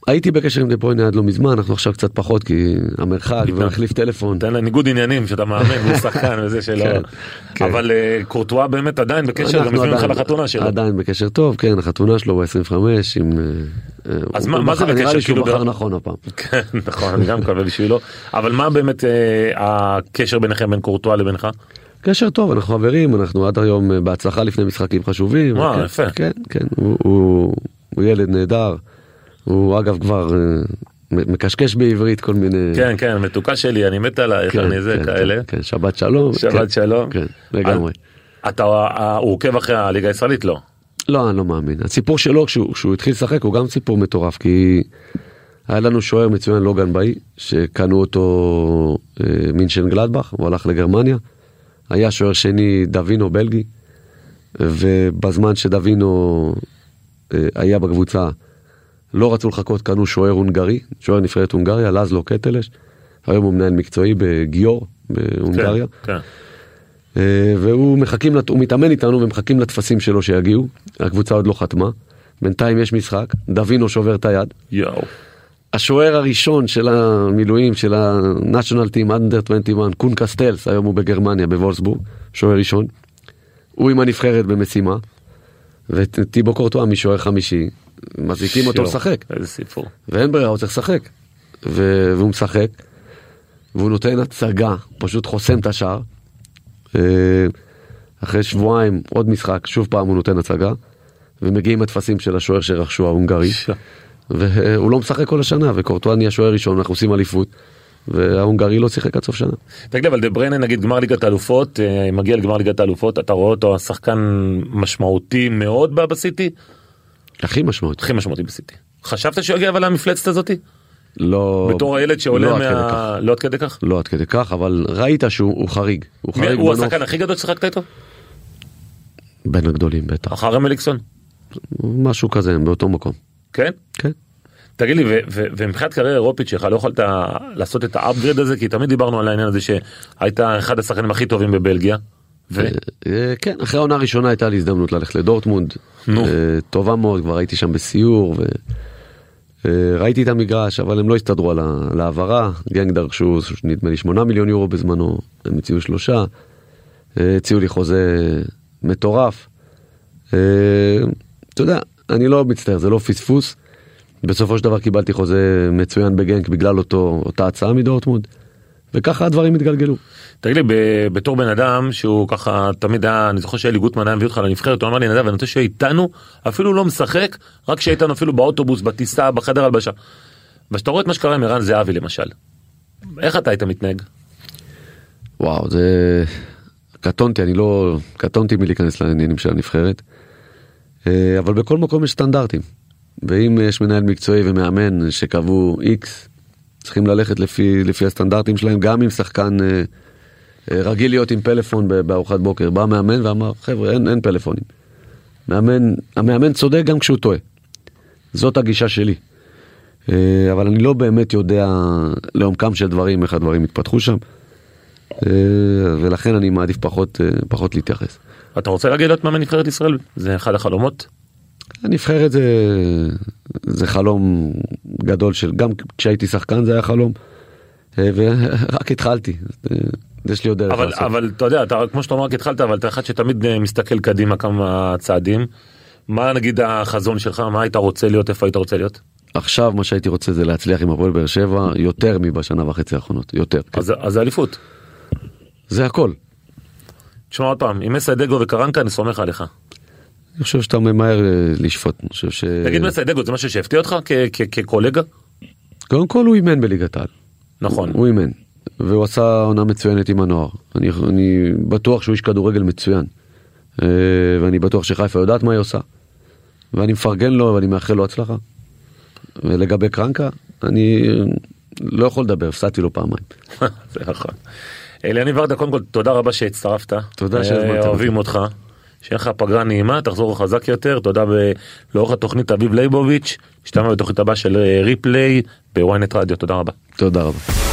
הייתי בקשר עם דה ברויינה עד לא מזמן, אנחנו עכשיו קצת פחות, כי המרחק ומחליף טלפון. תן לה ניגוד עניינים, שאתה מאמן, הוא שחקן וזה שלא. אבל קורטואה באמת עדיין בקשר, גם מביאים לך לחתונה שלו. עדיין בקשר טוב, כן, החתונה שלו הוא עשרים וחמש, עם... אז מה זה בקשר? נראה לי שהוא בחר נכון הפעם. כן, נכון, אני גם מקווה בשבילו. אבל מה באמת הקשר ביניכם, בין קורטואה לבינך? קשר טוב, אנחנו חברים, אנחנו עד היום בהצלחה לפני משחקים חשובים. וואו, יפה. כן, כן, הוא ילד נהדר. הוא אגב כבר מקשקש בעברית כל מיני... כן, כן, מתוקה שלי, אני מת עלייך, אני זה כאלה. כן, שבת שלום. שבת שלום. כן, לגמרי. אתה, הוא עוקב אחרי הליגה הישראלית? לא. לא, אני לא מאמין. הסיפור שלו, כשהוא התחיל לשחק, הוא גם סיפור מטורף, כי היה לנו שוער מצוין, לוגן באי, שקנו אותו מינשן גלדבך, הוא הלך לגרמניה. היה שוער שני דווינו בלגי, ובזמן שדווינו היה בקבוצה, לא רצו לחכות, קנו שוער הונגרי, שוער נבחרת הונגריה, לזלו קטלש, היום הוא מנהל מקצועי בגיור, בהונגריה. כן, כן. והוא מחכים, הוא מתאמן איתנו ומחכים לתפסים שלו שיגיעו, הקבוצה עוד לא חתמה, בינתיים יש משחק, דווינו שובר את היד. יאו. השוער הראשון של המילואים, של ה-National Team Under עשרים ואחת, קון קסטלס, היום הוא בגרמניה, בוולסבורג, שוער ראשון, הוא עם הנבחרת במשימה, וטיבו קורטואה משוער חמישי, מזיקים אותו לשחק. איזה סיפור. ואין ברירה, הוא צריך לשחק. והוא משחק, והוא נותן הצגה, פשוט חוסם את השער. אחרי שבועיים, עוד משחק, שוב פעם הוא נותן הצגה, ומגיעים התפסים של השוער שרכשו ההונגרי, והוא לא משחק כל השנה, וקורטואה נהיה שוער ראשון, אנחנו עושים אליפות, וההונגרי לא שיחק עד סוף שנה. תגיד, אבל דה בריינה, נגיד גמר ליגת האלופות, מגיע לגמר ליגת האלופות, אתה רואה אותו השחקן משמעותי מאוד בסיטי? הכי משמעותי. הכי משמעותי בסיטי. חשבת שהוא יגיע אבל למפלצת הזאתי? לא. בתור הילד שעולה לא מה... לא עד כדי כך? לא עד כדי כך, אבל ראית שהוא חריג. הוא חריג. הוא השחקן הכי גדול ששחקת איתו? בין הגדולים בטח. אחרי מליקסון? משהו כזה, באותו מקום. כן? כן. תגיד לי, ומבחינת קריירה אירופית שלך, לא יכולת לעשות את האפגריד הזה, כי תמיד דיברנו על העניין הזה שהיית אחד השחקנים הכי טובים בבלגיה. כן, אחרי העונה הראשונה הייתה לי הזדמנות ללכת לדורטמונד. טובה מאוד, כבר הייתי שם בסיור, וראיתי את המגרש, אבל הם לא הסתדרו על העברה. גנג דרשו, נדמה לי שמונה מיליון יורו בזמנו, הם הציעו שלושה, הציעו לי חוזה מטורף. אתה יודע, אני לא מצטער, זה לא פספוס. בסופו של דבר קיבלתי חוזה מצוין בגנק בגלל אותו, אותה הצעה מדורטמונד, וככה הדברים התגלגלו. תגיד לי, בתור בן אדם שהוא ככה תמיד היה, אני זוכר שאלי גוטמן היה מביא אותך לנבחרת, הוא אמר לי, נדב, אני רוצה שיהיה איתנו, אפילו לא משחק, רק שיהיה איתנו אפילו באוטובוס, בטיסה, בחדר הלבשה. ושאתה רואה את מה שקרה עם ערן זהבי למשל, איך אתה היית מתנהג? וואו, זה... קטונתי, אני לא... קטונתי מלהיכנס לעניינים של הנבחרת, אבל בכל מקום יש סטנדרטים. ואם יש מנהל מקצועי ומאמן שקבעו איקס, צריכים ללכת לפי, לפי הסטנדרטים שלהם, גם אם שחקן אה, אה, רגיל להיות עם פלאפון בארוחת בוקר. בא מאמן ואמר, חבר'ה, אין, אין פלאפונים. מאמן, המאמן צודק גם כשהוא טועה. זאת הגישה שלי. אה, אבל אני לא באמת יודע לעומקם של דברים, איך הדברים התפתחו שם. אה, ולכן אני מעדיף פחות, אה, פחות להתייחס. אתה רוצה להגיד להיות מאמן נבחרת ישראל? זה אחד החלומות? הנבחרת זה, זה חלום גדול של, גם כשהייתי שחקן זה היה חלום, ורק התחלתי, יש לי עוד דרך אבל, לעשות. אבל אתה יודע, אתה, כמו שאתה אומר, רק התחלת, אבל אתה אחד שתמיד מסתכל קדימה כמה צעדים. מה נגיד החזון שלך, מה היית רוצה להיות, איפה היית רוצה להיות? עכשיו מה שהייתי רוצה זה להצליח עם הפועל באר שבע, יותר מבשנה וחצי האחרונות, יותר. אז, אז זה אליפות. זה הכל. תשמע עוד פעם, עם מסיידגו וקרנקה אני סומך עליך. אני חושב שאתה ממהר לשפוט. ש... תגיד מסיידגו, זה משהו שהפתיע אותך כקולגה? קודם כל הוא אימן בליגת העל. נכון. הוא אימן. והוא עשה עונה מצוינת עם הנוער. אני, אני בטוח שהוא איש כדורגל מצוין. ואני בטוח שחיפה יודעת מה היא עושה. ואני מפרגן לו ואני מאחל לו הצלחה. ולגבי קרנקה, אני לא יכול לדבר, הפסעתי לו פעמיים. זה נכון. אליאני ורדה, קודם כל תודה רבה שהצטרפת. תודה שהזמנת. אוהבים אותך. שיהיה לך פגרה נעימה, תחזור חזק יותר. תודה לאורך התוכנית אביב ליבוביץ', שתמה בתוכנית הבאה של ריפליי בוויינט רדיו. תודה רבה. תודה רבה.